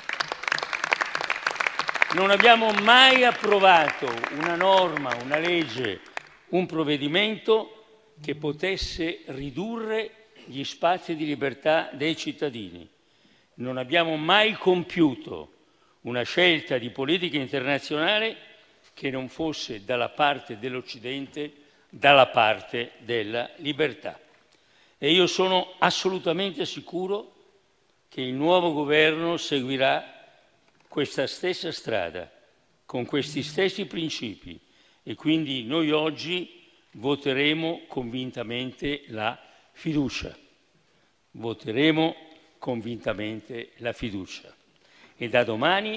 Non abbiamo mai approvato una norma, una legge, un provvedimento che potesse ridurre gli spazi di libertà dei cittadini. Non abbiamo mai compiuto una scelta di politica internazionale che non fosse dalla parte dell'Occidente, dalla parte della libertà. E io sono assolutamente sicuro che il nuovo governo seguirà questa stessa strada, con questi stessi principi, e quindi noi oggi voteremo convintamente la fiducia. Voteremo convintamente la fiducia. E da domani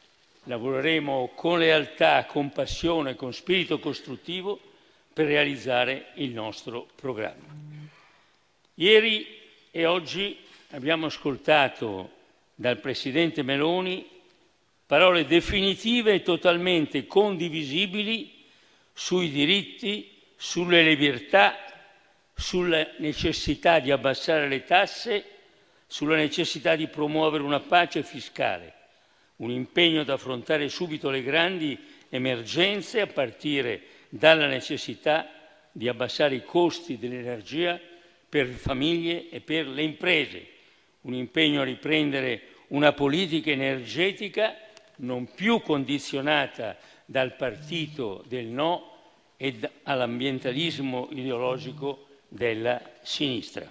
lavoreremo con lealtà, con passione, con spirito costruttivo per realizzare il nostro programma. Ieri e oggi abbiamo ascoltato dal Presidente Meloni parole definitive e totalmente condivisibili sui diritti, sulle libertà, sulla necessità di abbassare le tasse, sulla necessità di promuovere una pace fiscale, un impegno ad affrontare subito le grandi emergenze a partire dalla necessità di abbassare i costi dell'energia per le famiglie e per le imprese, un impegno a riprendere una politica energetica non più condizionata dal partito del no e all'ambientalismo ideologico della sinistra.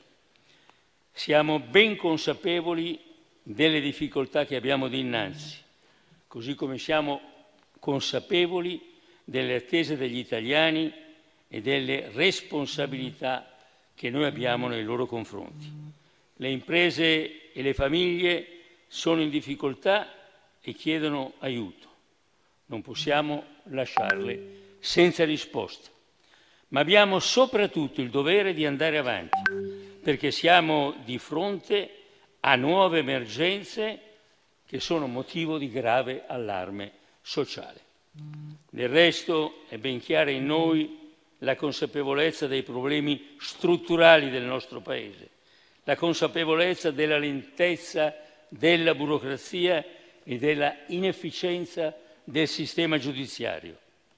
Siamo ben consapevoli delle difficoltà che abbiamo dinanzi, così come siamo consapevoli delle attese degli italiani e delle responsabilità che noi abbiamo nei loro confronti. Le imprese e le famiglie sono in difficoltà e chiedono aiuto. Non possiamo lasciarle senza risposta, ma abbiamo soprattutto il dovere di andare avanti, perché siamo di fronte a nuove emergenze che sono motivo di grave allarme sociale. Del resto è ben chiara in noi la consapevolezza dei problemi strutturali del nostro Paese, la consapevolezza della lentezza della burocrazia e della inefficienza del sistema giudiziario.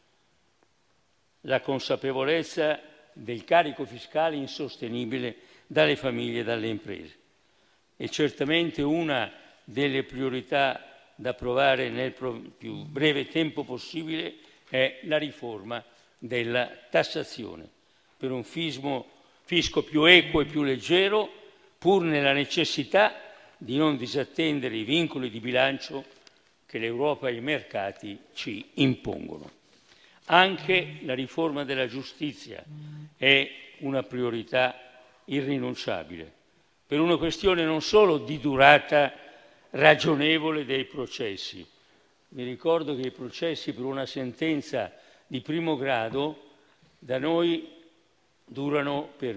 La consapevolezza del carico fiscale insostenibile dalle famiglie e dalle imprese. E certamente una delle priorità da approvare nel più breve tempo possibile è la riforma della tassazione, per un fisco più equo e più leggero, pur nella necessità di non disattendere i vincoli di bilancio che l'Europa e i mercati ci impongono. Anche la riforma della giustizia è una priorità irrinunciabile, per una questione non solo di durata ragionevole dei processi. Mi ricordo che i processi per una sentenza di primo grado da noi durano per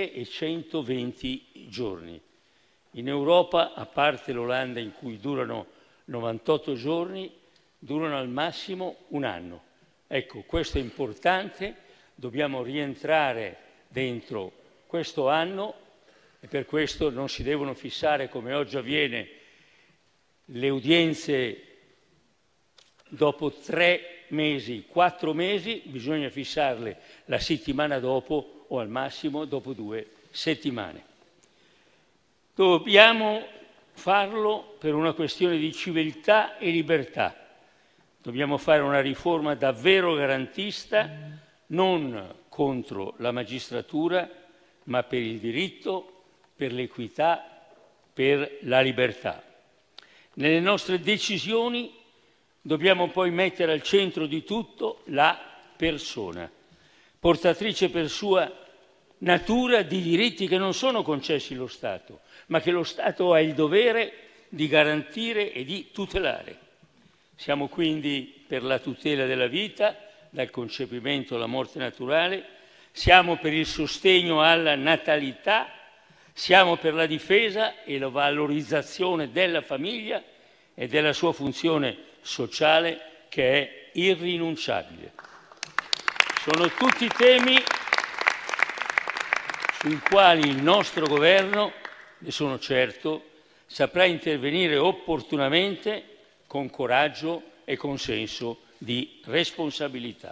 1120 giorni. In Europa, a parte l'Olanda in cui durano 98 giorni, durano al massimo un anno. Ecco, questo è importante, dobbiamo rientrare dentro questo anno e per questo non si devono fissare, come oggi avviene, le udienze dopo 3 mesi, 4 mesi, bisogna fissarle la settimana dopo o al massimo dopo 2 settimane. Dobbiamo farlo per una questione di civiltà e libertà. Dobbiamo fare una riforma davvero garantista, non contro la magistratura, ma per il diritto, per l'equità, per la libertà. Nelle nostre decisioni dobbiamo poi mettere al centro di tutto la persona, portatrice per sua natura di diritti che non sono concessi allo Stato, ma che lo Stato ha il dovere di garantire e di tutelare. Siamo quindi per la tutela della vita, dal concepimento alla morte naturale, siamo per il sostegno alla natalità, siamo per la difesa e la valorizzazione della famiglia e della sua funzione sociale che è irrinunciabile. Sono tutti temi sui quali il nostro governo, ne sono certo, saprà intervenire opportunamente con coraggio e con senso di responsabilità.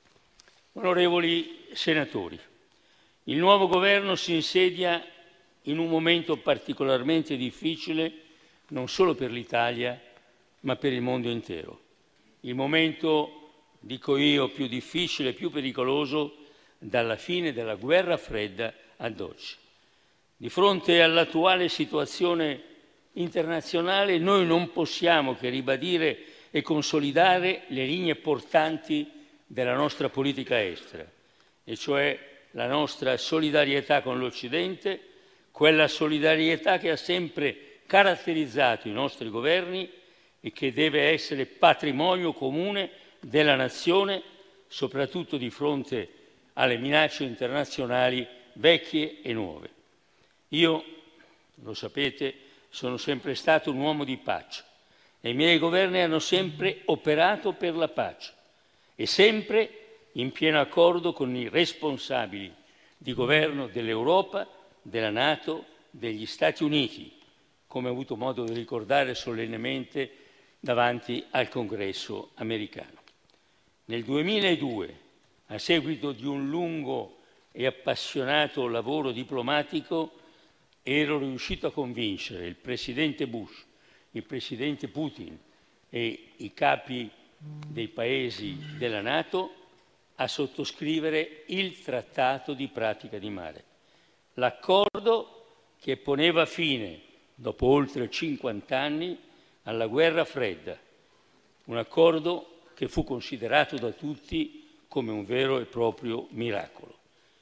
Onorevoli senatori, il nuovo governo si insedia in un momento particolarmente difficile non solo per l'Italia, ma per il mondo intero. Il momento, dico io, più difficile, più pericoloso dalla fine della guerra fredda ad oggi. Di fronte all'attuale situazione internazionale noi non possiamo che ribadire e consolidare le linee portanti della nostra politica estera, e cioè la nostra solidarietà con l'Occidente, quella solidarietà che ha sempre caratterizzato i nostri governi e che deve essere patrimonio comune della nazione, soprattutto di fronte alle minacce internazionali vecchie e nuove. Io, lo sapete, sono sempre stato un uomo di pace e i miei governi hanno sempre operato per la pace e sempre in pieno accordo con i responsabili di governo dell'Europa, della NATO, degli Stati Uniti, come ho avuto modo di ricordare solennemente davanti al Congresso americano. Nel 2002, a seguito di un lungo e appassionato lavoro diplomatico, ero riuscito a convincere il presidente Bush, il presidente Putin e i capi dei paesi della NATO a sottoscrivere il Trattato di Pratica di Mare, l'accordo che poneva fine, dopo oltre 50 anni, alla guerra fredda, un accordo che fu considerato da tutti come un vero e proprio miracolo.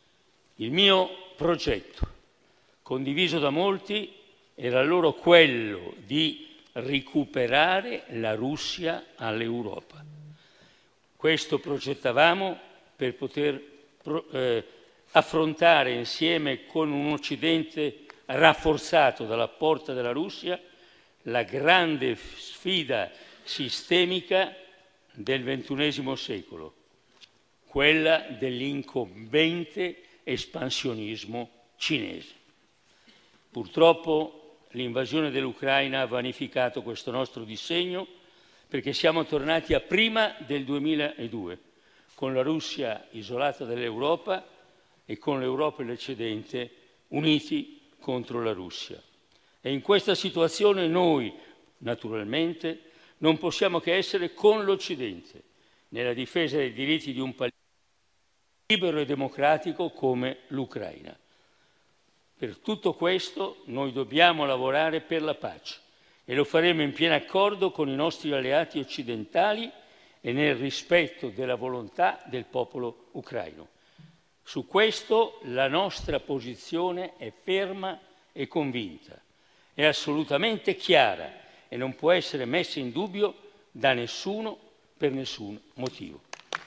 Il mio progetto, condiviso da molti, era allora quello di recuperare la Russia all'Europa. Questo progettavamo per poter affrontare insieme con un Occidente rafforzato dalla porta della Russia la grande sfida sistemica del XXI secolo, quella dell'incombente espansionismo cinese. Purtroppo l'invasione dell'Ucraina ha vanificato questo nostro disegno, perché siamo tornati a prima del 2002, con la Russia isolata dall'Europa e con l'Europa e l'Occidente uniti contro la Russia. E in questa situazione noi, naturalmente, non possiamo che essere con l'Occidente, nella difesa dei diritti di un paese libero e democratico come l'Ucraina. Per tutto questo noi dobbiamo lavorare per la pace e lo faremo in pieno accordo con i nostri alleati occidentali e nel rispetto della volontà del popolo ucraino. Su questo la nostra posizione è ferma e convinta, è assolutamente chiara e non può essere messa in dubbio da nessuno per nessun motivo.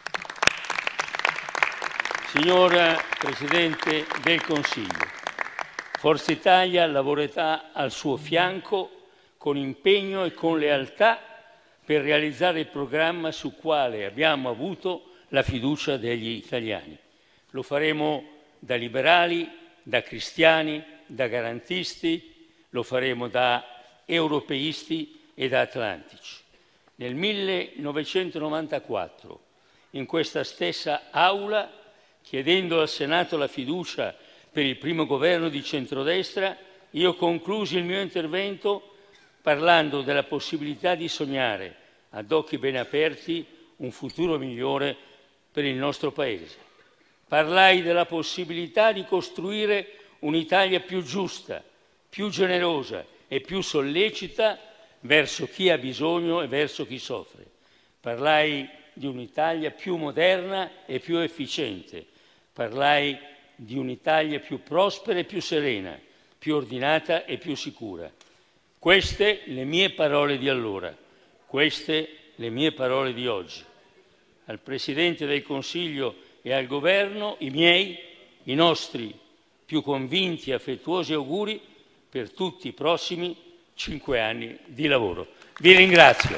Signora Presidente del Consiglio, Forza Italia lavorerà al suo fianco con impegno e con lealtà per realizzare il programma sul quale abbiamo avuto la fiducia degli italiani. Lo faremo da liberali, da cristiani, da garantisti, lo faremo da europeisti e da atlantici. Nel 1994, in questa stessa Aula, chiedendo al Senato la fiducia per il primo governo di centrodestra, io conclusi il mio intervento parlando della possibilità di sognare, ad occhi ben aperti, un futuro migliore per il nostro Paese. Parlai della possibilità di costruire un'Italia più giusta, più generosa e più sollecita verso chi ha bisogno e verso chi soffre. Parlai di un'Italia più moderna e più efficiente. Parlai di un'Italia più prospera e più serena, più ordinata e più sicura. Queste le mie parole di allora, queste le mie parole di oggi. Al Presidente del Consiglio e al Governo i nostri più convinti e affettuosi auguri per tutti i prossimi 5 anni di lavoro. Vi ringrazio.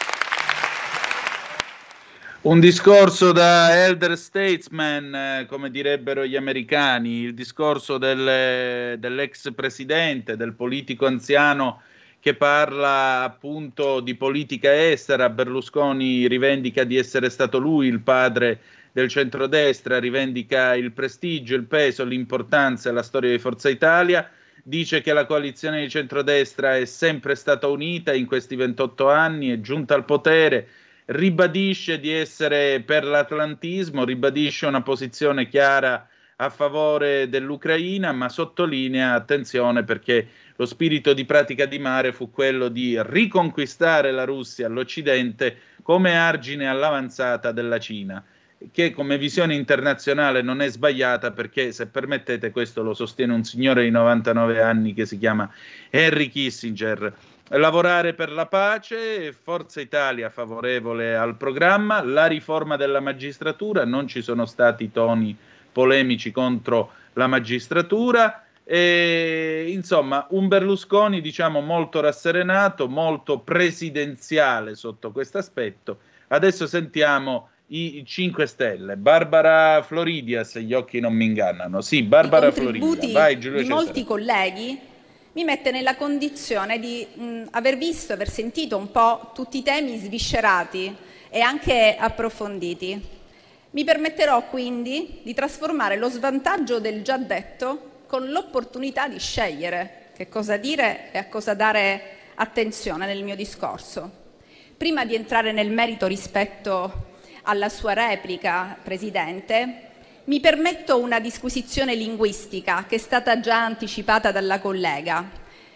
Un discorso da elder statesman, come direbbero gli americani, il discorso dell'ex presidente, del politico anziano che parla appunto di politica estera. Berlusconi rivendica di essere stato lui il padre del centrodestra, rivendica il prestigio, il peso, l'importanza e la storia di Forza Italia, dice che la coalizione di centrodestra è sempre stata unita in questi 28 anni, è giunta al potere, ribadisce di essere per l'atlantismo, ribadisce una posizione chiara a favore dell'Ucraina, ma sottolinea, attenzione, perché lo spirito di Pratica di Mare fu quello di riconquistare la Russia all'Occidente come argine all'avanzata della Cina, che come visione internazionale non è sbagliata, perché, se permettete, questo lo sostiene un signore di 99 anni che si chiama Henry Kissinger. Lavorare per la pace, Forza Italia favorevole al programma, la riforma della magistratura, non ci sono stati toni polemici contro la magistratura, e insomma un Berlusconi, diciamo, molto rasserenato, molto presidenziale sotto questo aspetto. Adesso sentiamo i 5 Stelle. Barbara Floridia, se gli occhi non mi ingannano. Sì, Barbara Floridia. Vai, Giulio di Cesare. Molti colleghi mi mette nella condizione di aver visto, aver sentito un po' tutti i temi sviscerati e anche approfonditi. Mi permetterò quindi di trasformare lo svantaggio del già detto con l'opportunità di scegliere che cosa dire e a cosa dare attenzione nel mio discorso. Prima di entrare nel merito rispetto alla sua replica, Presidente, mi permetto una disquisizione linguistica che è stata già anticipata dalla collega.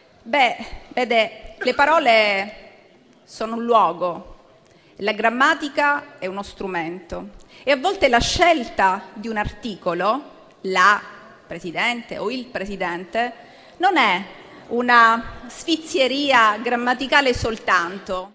Vede, le parole sono un luogo, la grammatica è uno strumento e a volte la scelta di un articolo, la Presidente o il Presidente, non è una sfizieria grammaticale soltanto.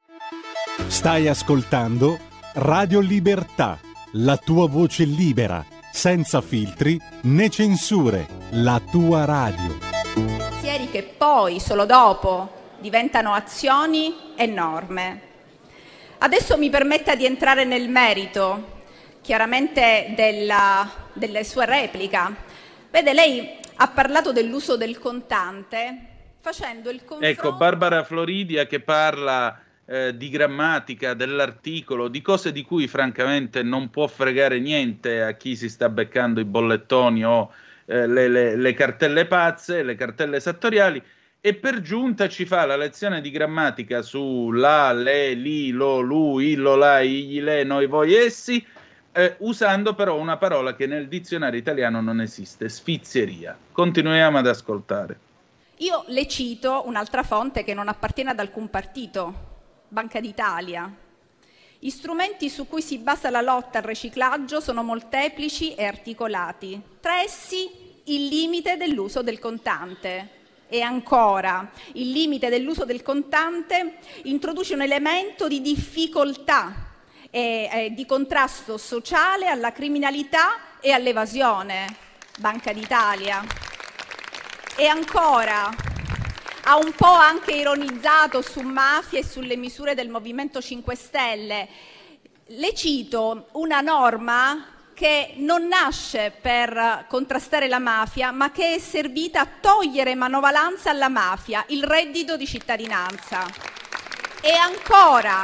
Stai ascoltando Radio Libertà, la tua voce libera, senza filtri né censure, la tua radio. Pensieri che poi, solo dopo, diventano azioni e norme. Adesso mi permetta di entrare nel merito, chiaramente della sua replica. Vede, lei ha parlato dell'uso del contante facendo il confronto... Ecco, Barbara Floridia che parla di grammatica, dell'articolo, di cose di cui francamente non può fregare niente a chi si sta beccando i bollettoni o le cartelle pazze, le cartelle esattoriali, e per giunta ci fa la lezione di grammatica su la, le, li, lo, lui, illo, la, igli, le, noi, voi, essi, usando però una parola che nel dizionario italiano non esiste, sfizieria. Continuiamo ad ascoltare. Io le cito un'altra fonte che non appartiene ad alcun partito, Banca d'Italia. Gli strumenti su cui si basa la lotta al riciclaggio sono molteplici e articolati. Tra essi il limite dell'uso del contante. E ancora, il limite dell'uso del contante introduce un elemento di difficoltà e di contrasto sociale alla criminalità e all'evasione. Banca d'Italia. E ancora, ha un po' anche ironizzato su mafia e sulle misure del Movimento 5 Stelle. Le cito una norma che non nasce per contrastare la mafia, ma che è servita a togliere manovalanza alla mafia, il reddito di cittadinanza. E ancora,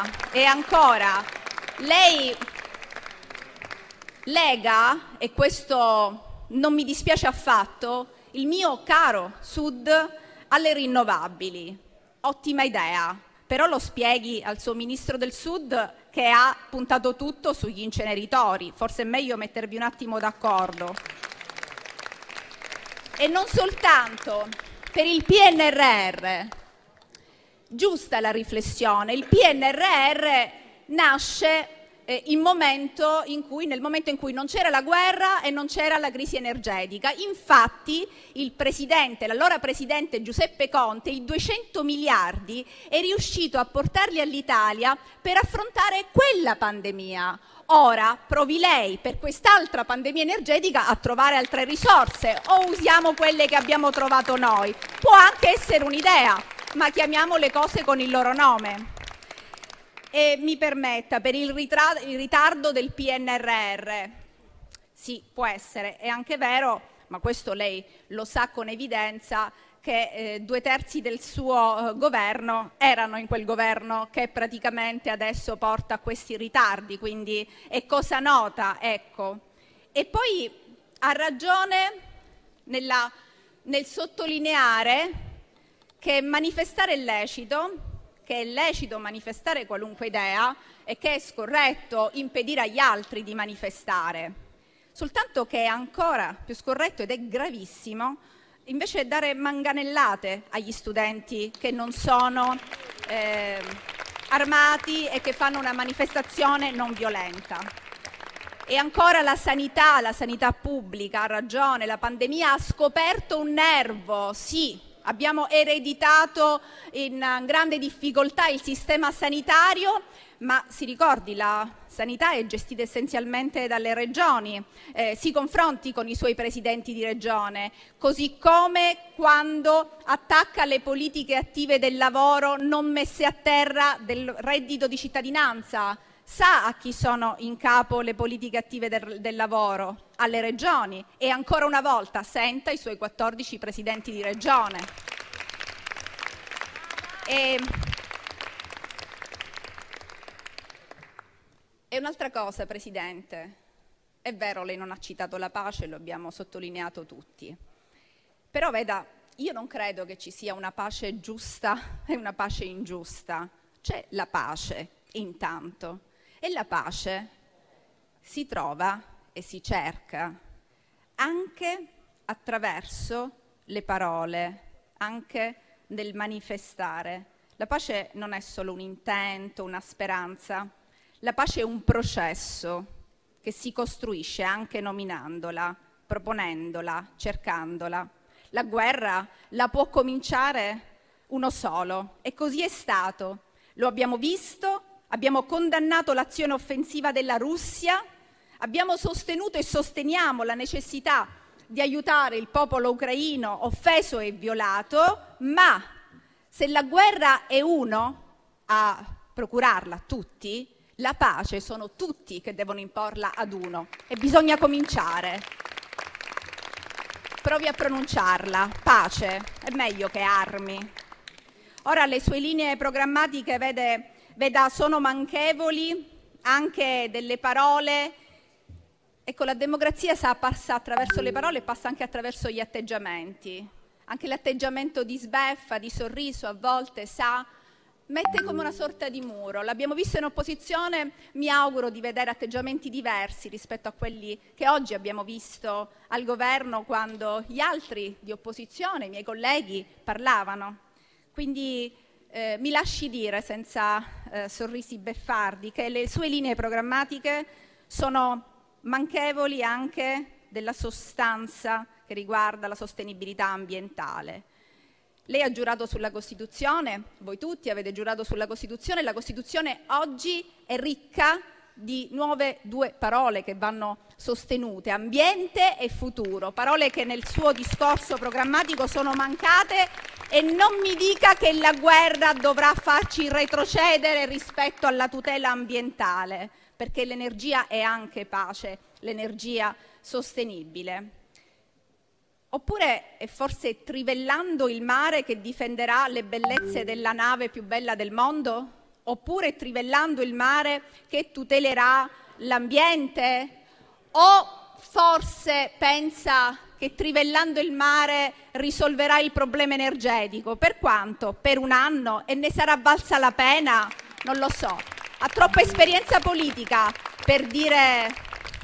lei lega, e questo non mi dispiace affatto, il mio caro Sud alle rinnovabili. Ottima idea, però lo spieghi al suo ministro del Sud che ha puntato tutto sugli inceneritori. Forse è meglio mettervi un attimo d'accordo. E non soltanto per il PNRR. Giusta la riflessione. Il PNRR nasce nel momento in cui non c'era la guerra e non c'era la crisi energetica. Infatti l'allora presidente Giuseppe Conte, i 200 miliardi è riuscito a portarli all'Italia per affrontare quella pandemia. Ora provi lei per quest'altra pandemia energetica a trovare altre risorse, o usiamo quelle che abbiamo trovato noi. Può anche essere un'idea, ma chiamiamo le cose con il loro nome. E mi permetta, per il ritardo del PNRR, sì, può essere, è anche vero, ma questo lei lo sa con evidenza, che 2/3 del suo governo erano in quel governo che praticamente adesso porta a questi ritardi, quindi è cosa nota, ecco. E poi ha ragione nel sottolineare che manifestare è lecito, che è lecito manifestare qualunque idea e che è scorretto impedire agli altri di manifestare. Soltanto che è ancora più scorretto ed è gravissimo invece dare manganellate agli studenti che non sono armati e che fanno una manifestazione non violenta. E ancora la sanità pubblica, ha ragione, la pandemia ha scoperto un nervo, sì. Abbiamo ereditato in grande difficoltà il sistema sanitario, ma si ricordi, la sanità è gestita essenzialmente dalle regioni. Si confronti con i suoi presidenti di regione, così come quando attacca le politiche attive del lavoro non messe a terra del reddito di cittadinanza. Sa a chi sono in capo le politiche attive del lavoro? Alle regioni. E ancora una volta senta i suoi 14 presidenti di regione. E un'altra cosa, Presidente. È vero, lei non ha citato la pace, lo abbiamo sottolineato tutti. Però veda, io non credo che ci sia una pace giusta e una pace ingiusta. C'è la pace, intanto. E la pace si trova e si cerca anche attraverso le parole, anche nel manifestare. La pace non è solo un intento, una speranza. La pace è un processo che si costruisce anche nominandola, proponendola, cercandola. La guerra la può cominciare uno solo e così è stato. Lo abbiamo visto. Abbiamo condannato l'azione offensiva della Russia, abbiamo sostenuto e sosteniamo la necessità di aiutare il popolo ucraino offeso e violato, ma se la guerra è uno a procurarla a tutti, la pace sono tutti che devono imporla ad uno e bisogna cominciare. provi a pronunciarla. Pace, è meglio che armi. Ora le sue linee programmatiche, veda, sono manchevoli anche delle parole. Ecco, la democrazia passa attraverso le parole e passa anche attraverso gli atteggiamenti. Anche l'atteggiamento di sbeffa, di sorriso, a volte mette come una sorta di muro. L'abbiamo visto in opposizione, mi auguro di vedere atteggiamenti diversi rispetto a quelli che oggi abbiamo visto al governo quando gli altri di opposizione, i miei colleghi, parlavano. Quindi mi lasci dire, senza sorrisi beffardi, che le sue linee programmatiche sono manchevoli anche della sostanza che riguarda la sostenibilità ambientale. Lei ha giurato sulla Costituzione, voi tutti avete giurato sulla Costituzione, la Costituzione oggi è ricca di nuove due parole che vanno sostenute, ambiente e futuro, parole che nel suo discorso programmatico sono mancate, e non mi dica che la guerra dovrà farci retrocedere rispetto alla tutela ambientale, perché l'energia è anche pace, l'energia sostenibile. Oppure è forse trivellando il mare che difenderà le bellezze della nave più bella del mondo? Oppure trivellando il mare che tutelerà l'ambiente? O forse pensa che trivellando il mare risolverà il problema energetico? Per quanto? Per un anno? E ne sarà valsa la pena? Non lo so. Ha troppa esperienza politica per dire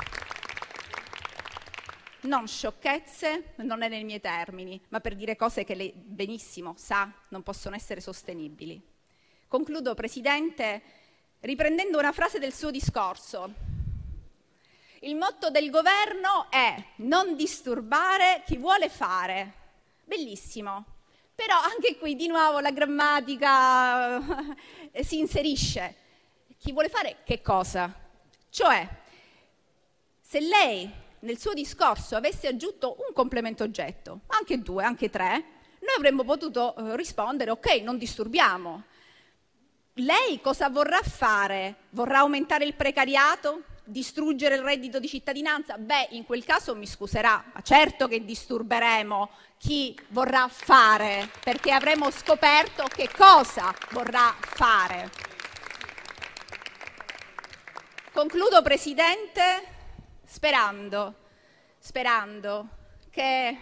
non sciocchezze, non è nei miei termini, ma per dire cose che lei benissimo sa non possono essere sostenibili. Concludo, Presidente, riprendendo una frase del suo discorso. Il motto del governo è non disturbare chi vuole fare. Bellissimo. Però anche qui di nuovo la grammatica si inserisce. Chi vuole fare che cosa? Cioè, se lei nel suo discorso avesse aggiunto un complemento oggetto, anche due, anche tre, noi avremmo potuto rispondere ok, non disturbiamo. Lei cosa vorrà fare? Vorrà aumentare il precariato? Distruggere il reddito di cittadinanza? Beh, in quel caso mi scuserà, ma certo che disturberemo chi vorrà fare, perché avremo scoperto che cosa vorrà fare. Concludo, Presidente, sperando che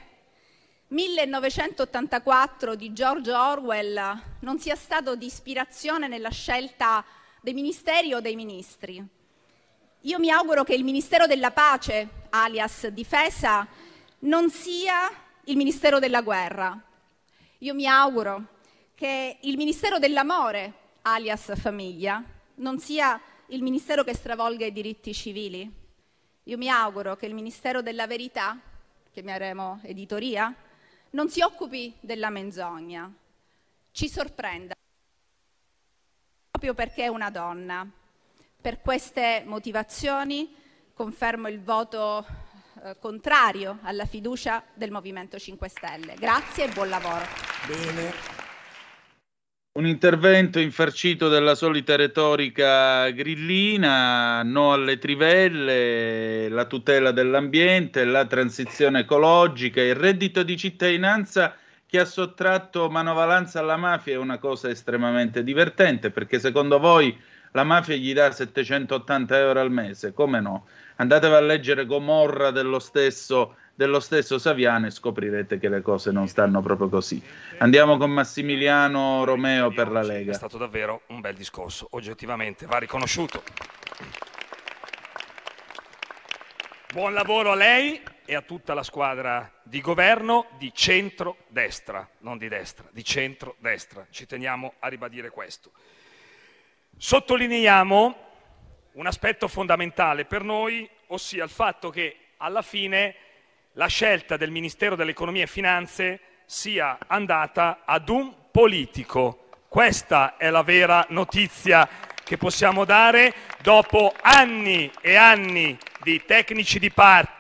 1984 di George Orwell non sia stato di ispirazione nella scelta dei ministeri o dei ministri. Io mi auguro che il Ministero della Pace, alias Difesa, non sia il Ministero della Guerra. Io mi auguro che il Ministero dell'Amore, alias Famiglia, non sia il Ministero che stravolga i diritti civili. Io mi auguro che il Ministero della Verità, chiameremo editoria, non si occupi della menzogna. Ci sorprenda proprio perché è una donna. Per queste motivazioni confermo il voto contrario alla fiducia del Movimento 5 Stelle. Grazie e buon lavoro. Bene. Un intervento infarcito della solita retorica grillina, no alle trivelle, la tutela dell'ambiente, la transizione ecologica, il reddito di cittadinanza che ha sottratto manovalanza alla mafia è una cosa estremamente divertente, perché secondo voi la mafia gli dà 780 euro al mese? Come no? Andatevi a leggere Gomorra dello stesso Saviano e scoprirete che le cose non stanno proprio così. Andiamo con Massimiliano Romeo per la Lega. È stato davvero un bel discorso, oggettivamente va riconosciuto. Buon lavoro a lei e a tutta la squadra di governo di centro-destra, non di destra, di centro-destra. Ci teniamo a ribadire questo. Sottolineiamo un aspetto fondamentale per noi, ossia il fatto che alla fine la scelta del Ministero dell'Economia e Finanze sia andata ad un politico. Questa è la vera notizia che possiamo dare dopo anni e anni di tecnici di parte,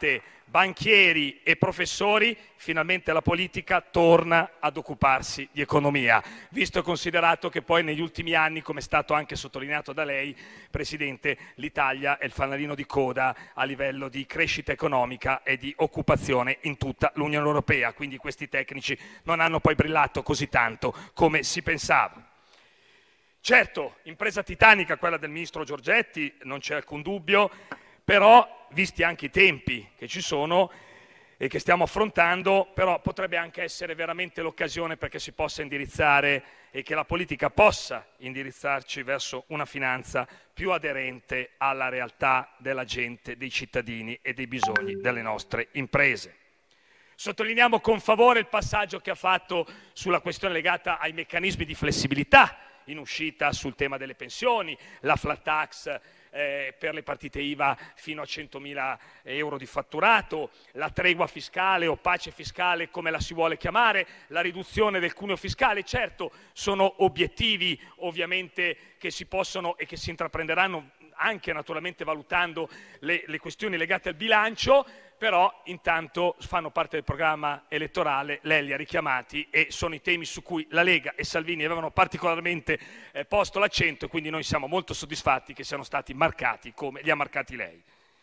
banchieri e professori, finalmente la politica torna ad occuparsi di economia, visto e considerato che poi negli ultimi anni, come è stato anche sottolineato da lei, Presidente, l'Italia è il fanalino di coda a livello di crescita economica e di occupazione in tutta l'Unione Europea, quindi questi tecnici non hanno poi brillato così tanto come si pensava. Certo, impresa titanica quella del ministro Giorgetti, non c'è alcun dubbio, però visti anche i tempi che ci sono e che stiamo affrontando, però potrebbe anche essere veramente l'occasione perché si possa indirizzare e che la politica possa indirizzarci verso una finanza più aderente alla realtà della gente, dei cittadini e dei bisogni delle nostre imprese. Sottolineiamo con favore il passaggio che ha fatto sulla questione legata ai meccanismi di flessibilità in uscita sul tema delle pensioni, la flat tax per le partite IVA fino a 100.000 euro di fatturato, la tregua fiscale o pace fiscale come la si vuole chiamare, la riduzione del cuneo fiscale. Certo, sono obiettivi ovviamente che si possono e che si intraprenderanno anche naturalmente valutando le questioni legate al bilancio, però intanto fanno parte del programma elettorale, lei li ha richiamati e sono i temi su cui la Lega e Salvini avevano particolarmente posto l'accento e quindi noi siamo molto soddisfatti che siano stati marcati come li ha marcati lei.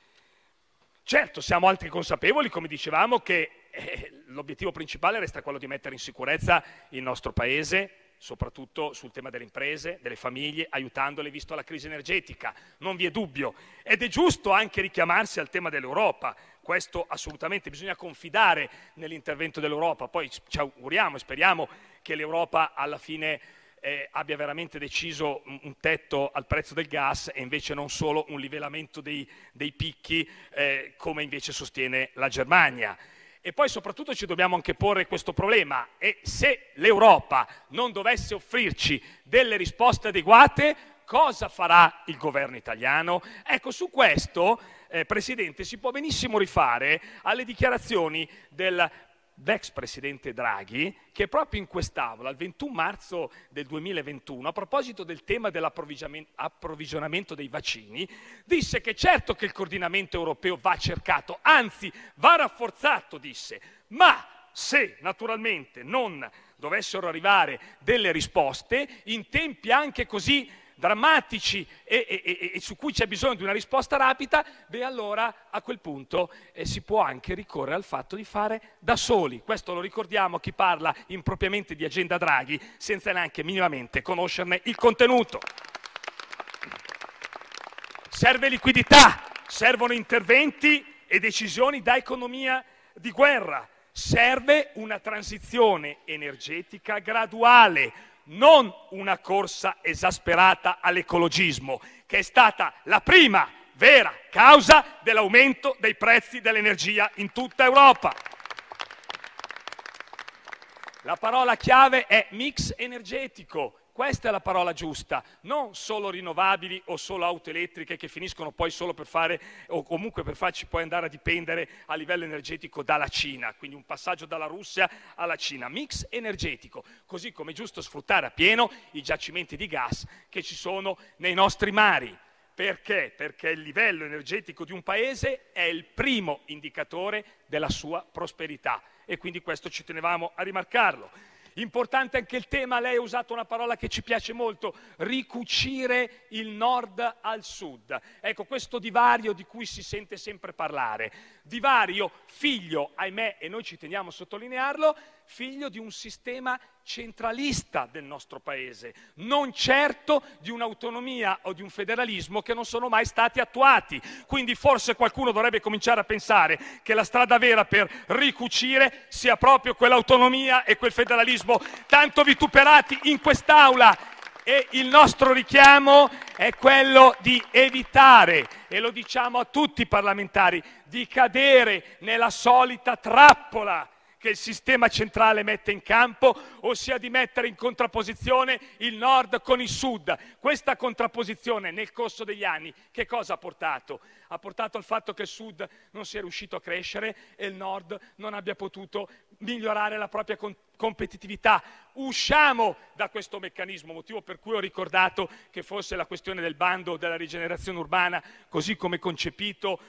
Certo, siamo altri consapevoli, come dicevamo, che l'obiettivo principale resta quello di mettere in sicurezza il nostro Paese, soprattutto sul tema delle imprese, delle famiglie, aiutandole visto la crisi energetica, non vi è dubbio. Ed è giusto anche richiamarsi al tema dell'Europa, questo assolutamente, bisogna confidare nell'intervento dell'Europa, poi ci auguriamo e speriamo che l'Europa alla fine abbia veramente deciso un tetto al prezzo del gas e invece non solo un livellamento dei picchi come invece sostiene la Germania. E poi soprattutto ci dobbiamo anche porre questo problema: e se l'Europa non dovesse offrirci delle risposte adeguate, cosa farà il governo italiano? Ecco, su questo, Presidente, si può benissimo rifare alle dichiarazioni dell'ex Presidente Draghi, che proprio in quest'Aula, il 21 marzo del 2021, a proposito del tema dell'approvvigionamento dei vaccini, disse che certo che il coordinamento europeo va cercato, anzi va rafforzato, disse, ma se naturalmente non dovessero arrivare delle risposte in tempi anche così drammatici e su cui c'è bisogno di una risposta rapida, beh allora a quel punto si può anche ricorrere al fatto di fare da soli. Questo lo ricordiamo a chi parla impropriamente di agenda Draghi senza neanche minimamente conoscerne il contenuto. Serve liquidità, servono interventi e decisioni da economia di guerra, serve una transizione energetica graduale, non una corsa esasperata all'ecologismo, che è stata la prima vera causa dell'aumento dei prezzi dell'energia in tutta Europa. La parola chiave è mix energetico. Questa è la parola giusta, non solo rinnovabili o solo auto elettriche che finiscono poi solo per fare o comunque per farci poi andare a dipendere a livello energetico dalla Cina, quindi un passaggio dalla Russia alla Cina, mix energetico, così come è giusto sfruttare appieno i giacimenti di gas che ci sono nei nostri mari. Perché? Perché il livello energetico di un paese è il primo indicatore della sua prosperità e quindi questo ci tenevamo a rimarcarlo. Importante anche il tema, lei ha usato una parola che ci piace molto, ricucire il nord al sud. Ecco, questo divario di cui si sente sempre parlare. Divario figlio, ahimè, e noi ci teniamo a sottolinearlo, figlio di un sistema centralista del nostro paese, non certo di un'autonomia o di un federalismo che non sono mai stati attuati. Quindi forse qualcuno dovrebbe cominciare a pensare che la strada vera per ricucire sia proprio quell'autonomia e quel federalismo tanto vituperati in quest'Aula. E il nostro richiamo è quello di evitare, e lo diciamo a tutti i parlamentari, di cadere nella solita trappola che il sistema centrale mette in campo, ossia di mettere in contrapposizione il nord con il sud. Questa contrapposizione nel corso degli anni che cosa ha portato? Ha portato al fatto che il sud non sia riuscito a crescere e il nord non abbia potuto migliorare la propria competitività. Usciamo da questo meccanismo, motivo per cui ho ricordato che forse la questione del bando della rigenerazione urbana, così come concepito,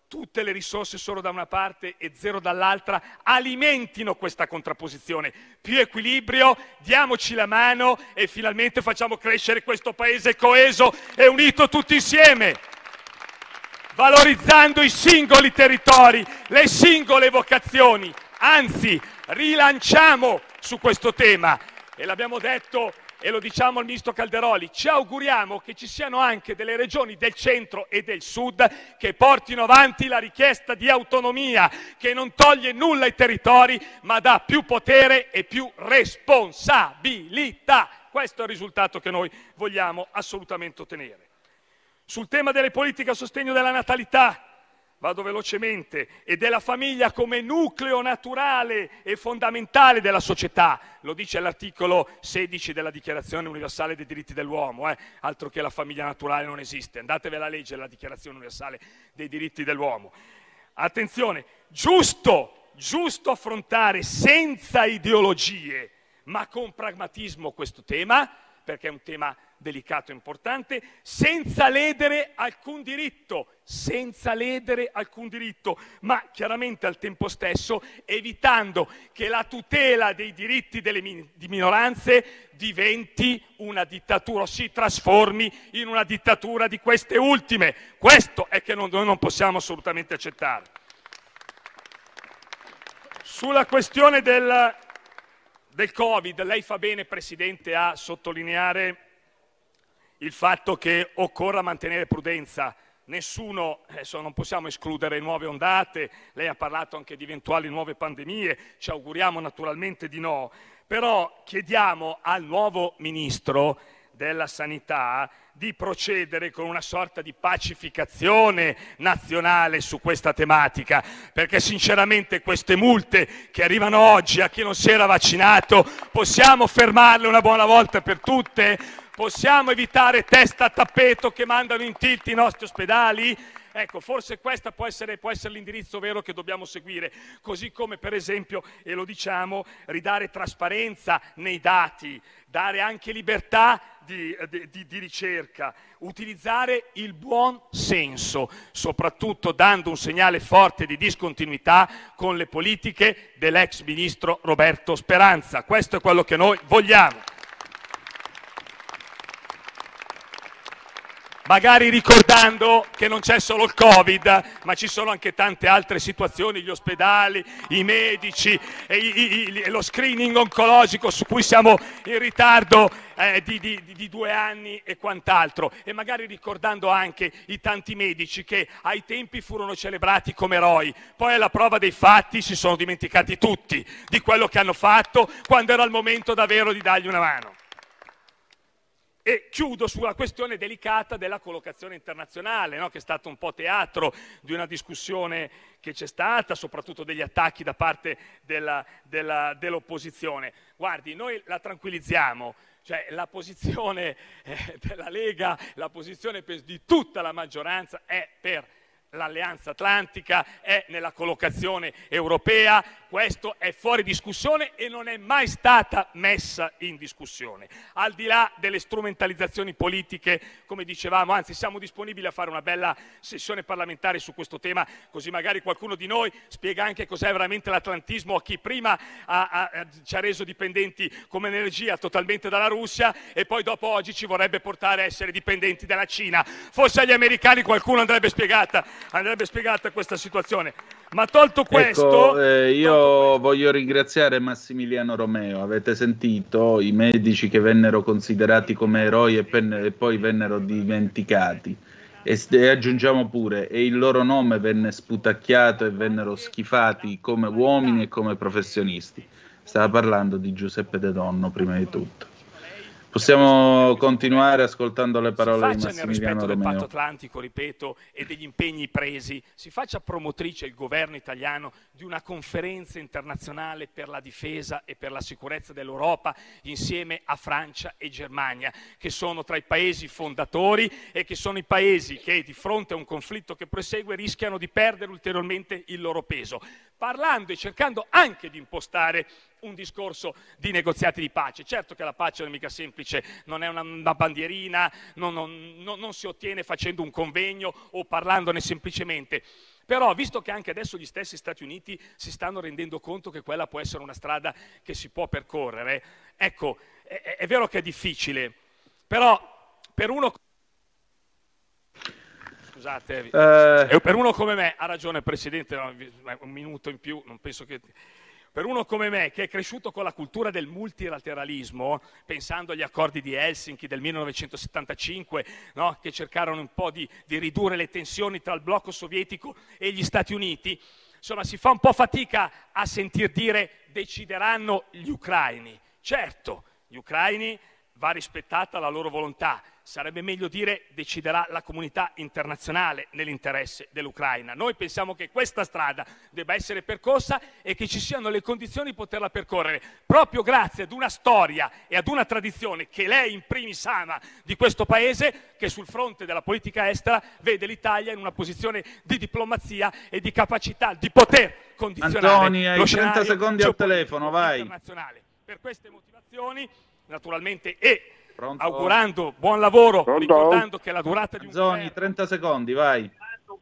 tutte le risorse solo da una parte e zero dall'altra alimentino questa contrapposizione. Più equilibrio, diamoci la mano e finalmente facciamo crescere questo paese coeso e unito tutti insieme, valorizzando i singoli territori, le singole vocazioni. Anzi, rilanciamo su questo tema, e l'abbiamo detto e lo diciamo al ministro Calderoli, ci auguriamo che ci siano anche delle regioni del centro e del sud che portino avanti la richiesta di autonomia, che non toglie nulla ai territori ma dà più potere e più responsabilità. Questo è il risultato che noi vogliamo assolutamente ottenere. Sul tema delle politiche a sostegno della natalità, vado velocemente, e della famiglia come nucleo naturale e fondamentale della società, lo dice l'articolo 16 della Dichiarazione Universale dei Diritti dell'Uomo, altro che la famiglia naturale non esiste, andatevela a leggere la Dichiarazione Universale dei Diritti dell'Uomo. Attenzione, giusto affrontare senza ideologie, ma con pragmatismo questo tema, perché è un tema delicato e importante, senza ledere alcun diritto, ma chiaramente al tempo stesso evitando che la tutela dei diritti di minoranze diventi una dittatura o si trasformi in una dittatura di queste ultime. Questo è che noi non possiamo assolutamente accettare. Sulla questione del Covid, lei fa bene, Presidente, a sottolineare il fatto che occorra mantenere prudenza. Non possiamo escludere nuove ondate, lei ha parlato anche di eventuali nuove pandemie, ci auguriamo naturalmente di no, però chiediamo al nuovo Ministro della Sanità di procedere con una sorta di pacificazione nazionale su questa tematica, perché sinceramente queste multe che arrivano oggi a chi non si era vaccinato, possiamo fermarle una buona volta per tutte? Possiamo evitare testa a tappeto che mandano in tilt i nostri ospedali? Ecco, forse questo può essere l'indirizzo vero che dobbiamo seguire, così come per esempio, e lo diciamo, ridare trasparenza nei dati, dare anche libertà di ricerca, utilizzare il buon senso, soprattutto dando un segnale forte di discontinuità con le politiche dell'ex ministro Roberto Speranza. Questo è quello che noi vogliamo. Magari ricordando che non c'è solo il Covid, ma ci sono anche tante altre situazioni, gli ospedali, i medici, lo screening oncologico su cui siamo in ritardo di 2 anni e quant'altro, e magari ricordando anche i tanti medici che ai tempi furono celebrati come eroi, poi alla prova dei fatti si sono dimenticati tutti di quello che hanno fatto quando era il momento davvero di dargli una mano. E chiudo sulla questione delicata della collocazione internazionale, no? Che è stato un po' teatro di una discussione che c'è stata, soprattutto degli attacchi da parte dell'opposizione. Guardi, noi la tranquillizziamo, cioè la posizione della Lega, la posizione di tutta la maggioranza è per l'Alleanza Atlantica, è nella collocazione europea, questo è fuori discussione e non è mai stata messa in discussione. Al di là delle strumentalizzazioni politiche, come dicevamo, anzi siamo disponibili a fare una bella sessione parlamentare su questo tema, così magari qualcuno di noi spiega anche cos'è veramente l'atlantismo a chi prima ci ha reso dipendenti come energia totalmente dalla Russia e poi dopo oggi ci vorrebbe portare a essere dipendenti dalla Cina. Forse agli americani qualcuno andrebbe spiegata questa situazione. Ma tolto questo, voglio ringraziare Massimiliano Romeo. Avete sentito i medici che vennero considerati come eroi e poi vennero dimenticati, e aggiungiamo pure, e il loro nome venne sputacchiato e vennero schifati come uomini e come professionisti. Stava parlando di Giuseppe De Donno prima di tutto. Possiamo continuare ascoltando le parole di Massimiliano Romeo. Nel rispetto del patto atlantico, ripeto, e degli impegni presi, si faccia promotrice il governo italiano di una conferenza internazionale per la difesa e per la sicurezza dell'Europa insieme a Francia e Germania, che sono tra i paesi fondatori e che sono i paesi che di fronte a un conflitto che prosegue rischiano di perdere ulteriormente il loro peso, parlando e cercando anche di impostare un discorso di negoziati di pace. Certo che la pace non è mica semplice, non è una bandierina, non si ottiene facendo un convegno o parlandone semplicemente, Però, visto che anche adesso gli stessi Stati Uniti si stanno rendendo conto che quella può essere una strada che si può percorrere, ecco, è vero che è difficile, però per uno... Scusate, per uno come me, ha ragione il Presidente, un minuto in più, non penso che... Per uno come me, che è cresciuto con la cultura del multilateralismo, pensando agli accordi di Helsinki del 1975, no? Che cercarono un po' di ridurre le tensioni tra il blocco sovietico e gli Stati Uniti, insomma si fa un po' fatica a sentir dire decideranno gli ucraini. Certo, gli ucraini va rispettata la loro volontà, sarebbe meglio dire deciderà la comunità internazionale nell'interesse dell'Ucraina. Noi pensiamo che questa strada debba essere percorsa e che ci siano le condizioni di poterla percorrere, proprio grazie ad una storia e ad una tradizione che lei in primis ama di questo Paese, che sul fronte della politica estera vede l'Italia in una posizione di diplomazia e di capacità di poter condizionare Antoni, hai lo 30 secondi al telefono, vai. Internazionale. Per queste motivazioni, naturalmente, e Pronto? augurando buon lavoro, Pronto? ricordando che la durata di un Zoni, 30 secondi, vai.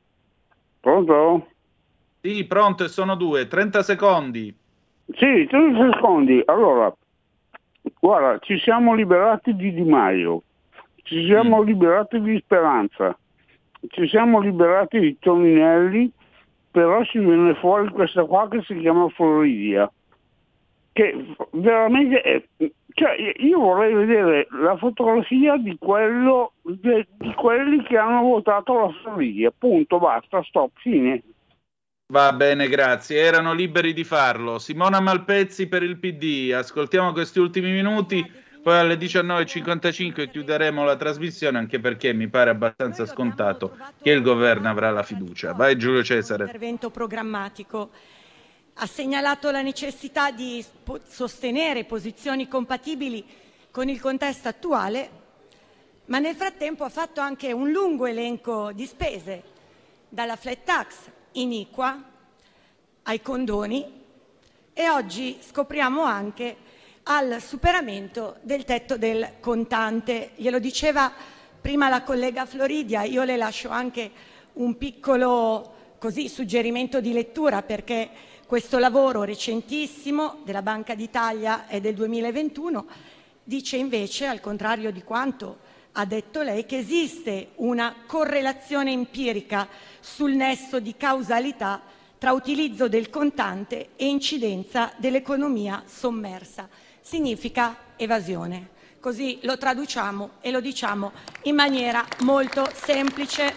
Pronto? Sì, pronto, e sono 2, 30 secondi. Sì, 30 secondi. Allora, guarda, ci siamo liberati di Di Maio, ci siamo liberati di Speranza, ci siamo liberati di Toninelli, però ci viene fuori questa qua che si chiama Floridia, che veramente è... Cioè, io vorrei vedere la fotografia di quelli che hanno votato la Floridia. Punto, basta, stop, fine. Va bene, grazie. Erano liberi di farlo. Simona Malpezzi per il PD. Ascoltiamo questi ultimi minuti, poi alle 19.55 chiuderemo la trasmissione, anche perché mi pare abbastanza scontato che il governo avrà la fiducia. Vai Giulio Cesare. Intervento programmatico. Ha segnalato la necessità di sostenere posizioni compatibili con il contesto attuale, ma nel frattempo ha fatto anche un lungo elenco di spese, dalla flat tax iniqua ai condoni, e oggi scopriamo anche al superamento del tetto del contante. Glielo diceva prima la collega Floridia, io le lascio anche un piccolo suggerimento di lettura, perché questo lavoro recentissimo della Banca d'Italia è del 2021, dice invece, al contrario di quanto ha detto lei, che esiste una correlazione empirica sul nesso di causalità tra utilizzo del contante e incidenza dell'economia sommersa. Significa evasione. Così lo traduciamo e lo diciamo in maniera molto semplice.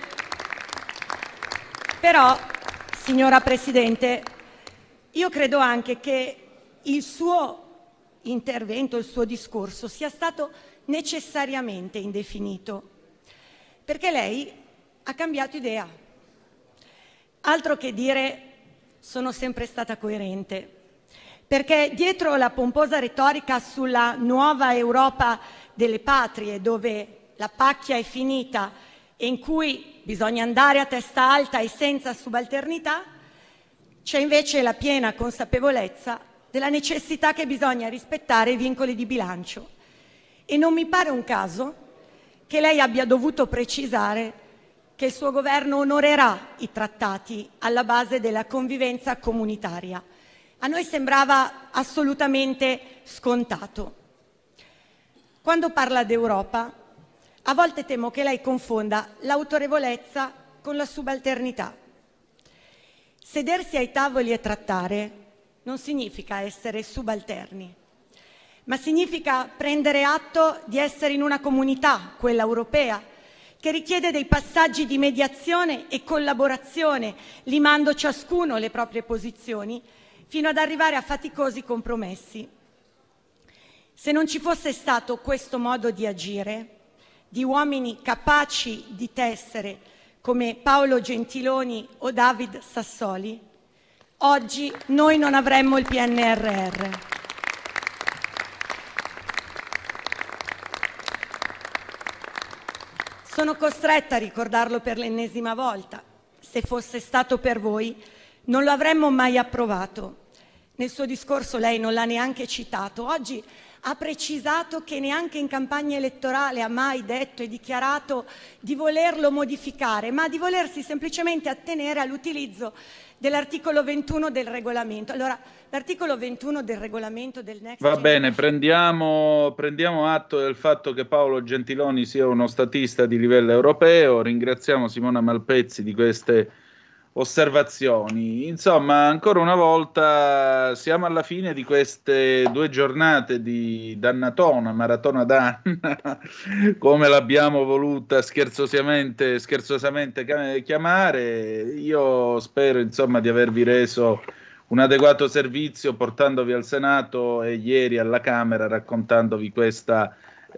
Però, signora Presidente, io credo anche che il suo intervento, il suo discorso sia stato necessariamente indefinito, perché lei ha cambiato idea. Altro che dire sono sempre stata coerente, perché dietro la pomposa retorica sulla nuova Europa delle patrie, dove la pacchia è finita e in cui bisogna andare a testa alta e senza subalternità, c'è invece la piena consapevolezza della necessità che bisogna rispettare i vincoli di bilancio. E non mi pare un caso che lei abbia dovuto precisare che il suo governo onorerà i trattati alla base della convivenza comunitaria. A noi sembrava assolutamente scontato. Quando parla d'Europa, a volte temo che lei confonda l'autorevolezza con la subalternità. Sedersi ai tavoli e trattare non significa essere subalterni, ma significa prendere atto di essere in una comunità, quella europea, che richiede dei passaggi di mediazione e collaborazione, limando ciascuno le proprie posizioni, fino ad arrivare a faticosi compromessi. Se non ci fosse stato questo modo di agire, di uomini capaci di tessere come Paolo Gentiloni o David Sassoli, oggi noi non avremmo il PNRR. Sono costretta a ricordarlo per l'ennesima volta. Se fosse stato per voi, non lo avremmo mai approvato. nel suo discorso lei non l'ha neanche citato. Oggi ha precisato che neanche in campagna elettorale ha mai detto e dichiarato di volerlo modificare, ma di volersi semplicemente attenere all'utilizzo dell'articolo 21 del regolamento. Allora, l'articolo 21 del regolamento del Next Va bene, prendiamo atto del fatto che Paolo Gentiloni sia uno statista di livello europeo. Ringraziamo Simona Malpezzi di queste osservazioni. Insomma, ancora una volta siamo alla fine di queste 2 giornate di dannatona, maratona danna, come l'abbiamo voluta scherzosamente chiamare. Io spero, insomma, di avervi reso un adeguato servizio portandovi al Senato e ieri alla Camera raccontandovi questa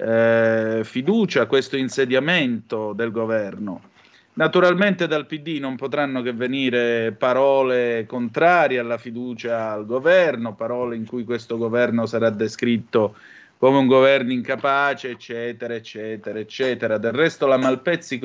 fiducia, questo insediamento del governo. Naturalmente dal PD non potranno che venire parole contrarie alla fiducia al governo, parole in cui questo governo sarà descritto come un governo incapace, eccetera, eccetera, eccetera. Del resto la Malpezzi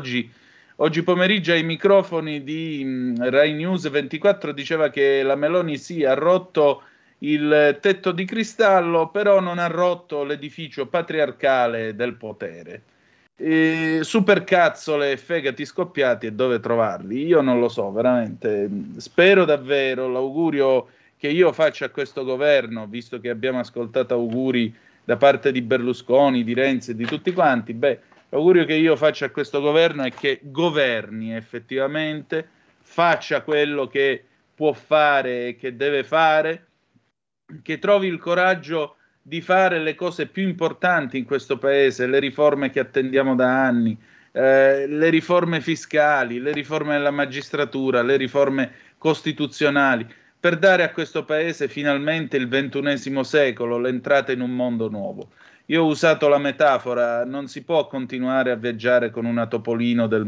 oggi pomeriggio ai microfoni di Rai News 24 diceva che la Meloni sì ha rotto il tetto di cristallo, però non ha rotto l'edificio patriarcale del potere. Supercazzole e fegati scoppiati e dove trovarli? Io non lo so, veramente. Spero davvero, l'augurio che io faccio a questo governo, visto che abbiamo ascoltato auguri da parte di Berlusconi, di Renzi e di tutti quanti, l'augurio che io faccio a questo governo è che governi effettivamente, faccia quello che può fare e che deve fare, che trovi il coraggio di fare le cose più importanti in questo paese, le riforme che attendiamo da anni, le riforme fiscali, le riforme della magistratura, le riforme costituzionali, per dare a questo paese finalmente il XXI secolo, l'entrata in un mondo nuovo. Io ho usato la metafora, non si può continuare a viaggiare con una Topolino del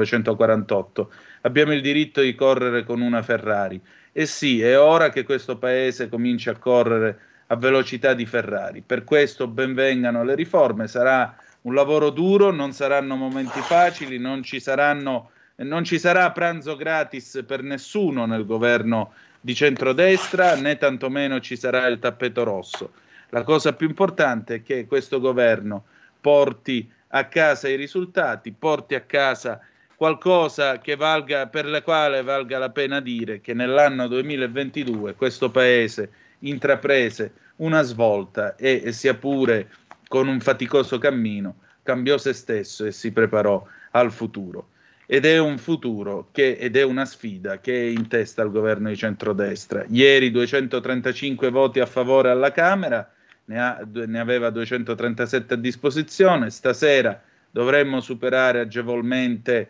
1948, abbiamo il diritto di correre con una Ferrari. E sì, è ora che questo paese cominci a correre a velocità di Ferrari. Per questo benvengano le riforme, sarà un lavoro duro, non saranno momenti facili, non ci sarà pranzo gratis per nessuno nel governo di centrodestra, né tantomeno ci sarà il tappeto rosso. La cosa più importante è che questo governo porti a casa i risultati, porti a casa qualcosa che per la quale valga la pena dire che nell'anno 2022 questo paese intraprese una svolta e sia pure con un faticoso cammino cambiò se stesso e si preparò al futuro. Ed è un futuro ed è una sfida che è in testa al governo di centrodestra. Ieri 235 voti a favore alla Camera, ne aveva 237 a disposizione, stasera dovremmo superare agevolmente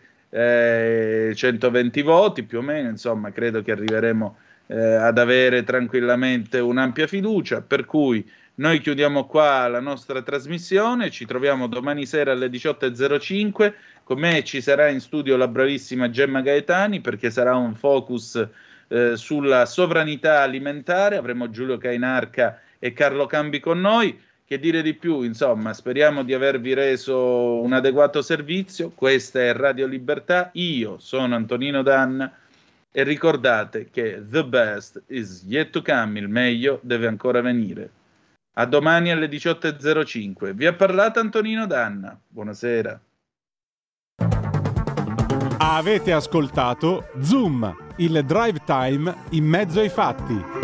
120 voti più o meno, insomma credo che arriveremo ad avere tranquillamente un'ampia fiducia, per cui noi chiudiamo qua la nostra trasmissione, ci troviamo domani sera alle 18.05, con me ci sarà in studio la bravissima Gemma Gaetani perché sarà un focus sulla sovranità alimentare, avremo Giulio Cainarca e Carlo Cambi con noi. Che dire di più, insomma, speriamo di avervi reso un adeguato servizio. Questa è Radio Libertà, io sono Antonino Danna e ricordate che the best is yet to come, il meglio deve ancora venire. A domani alle 18.05. Vi ha parlato Antonino Danna. Buonasera. Avete ascoltato Zoom, il drive time in mezzo ai fatti.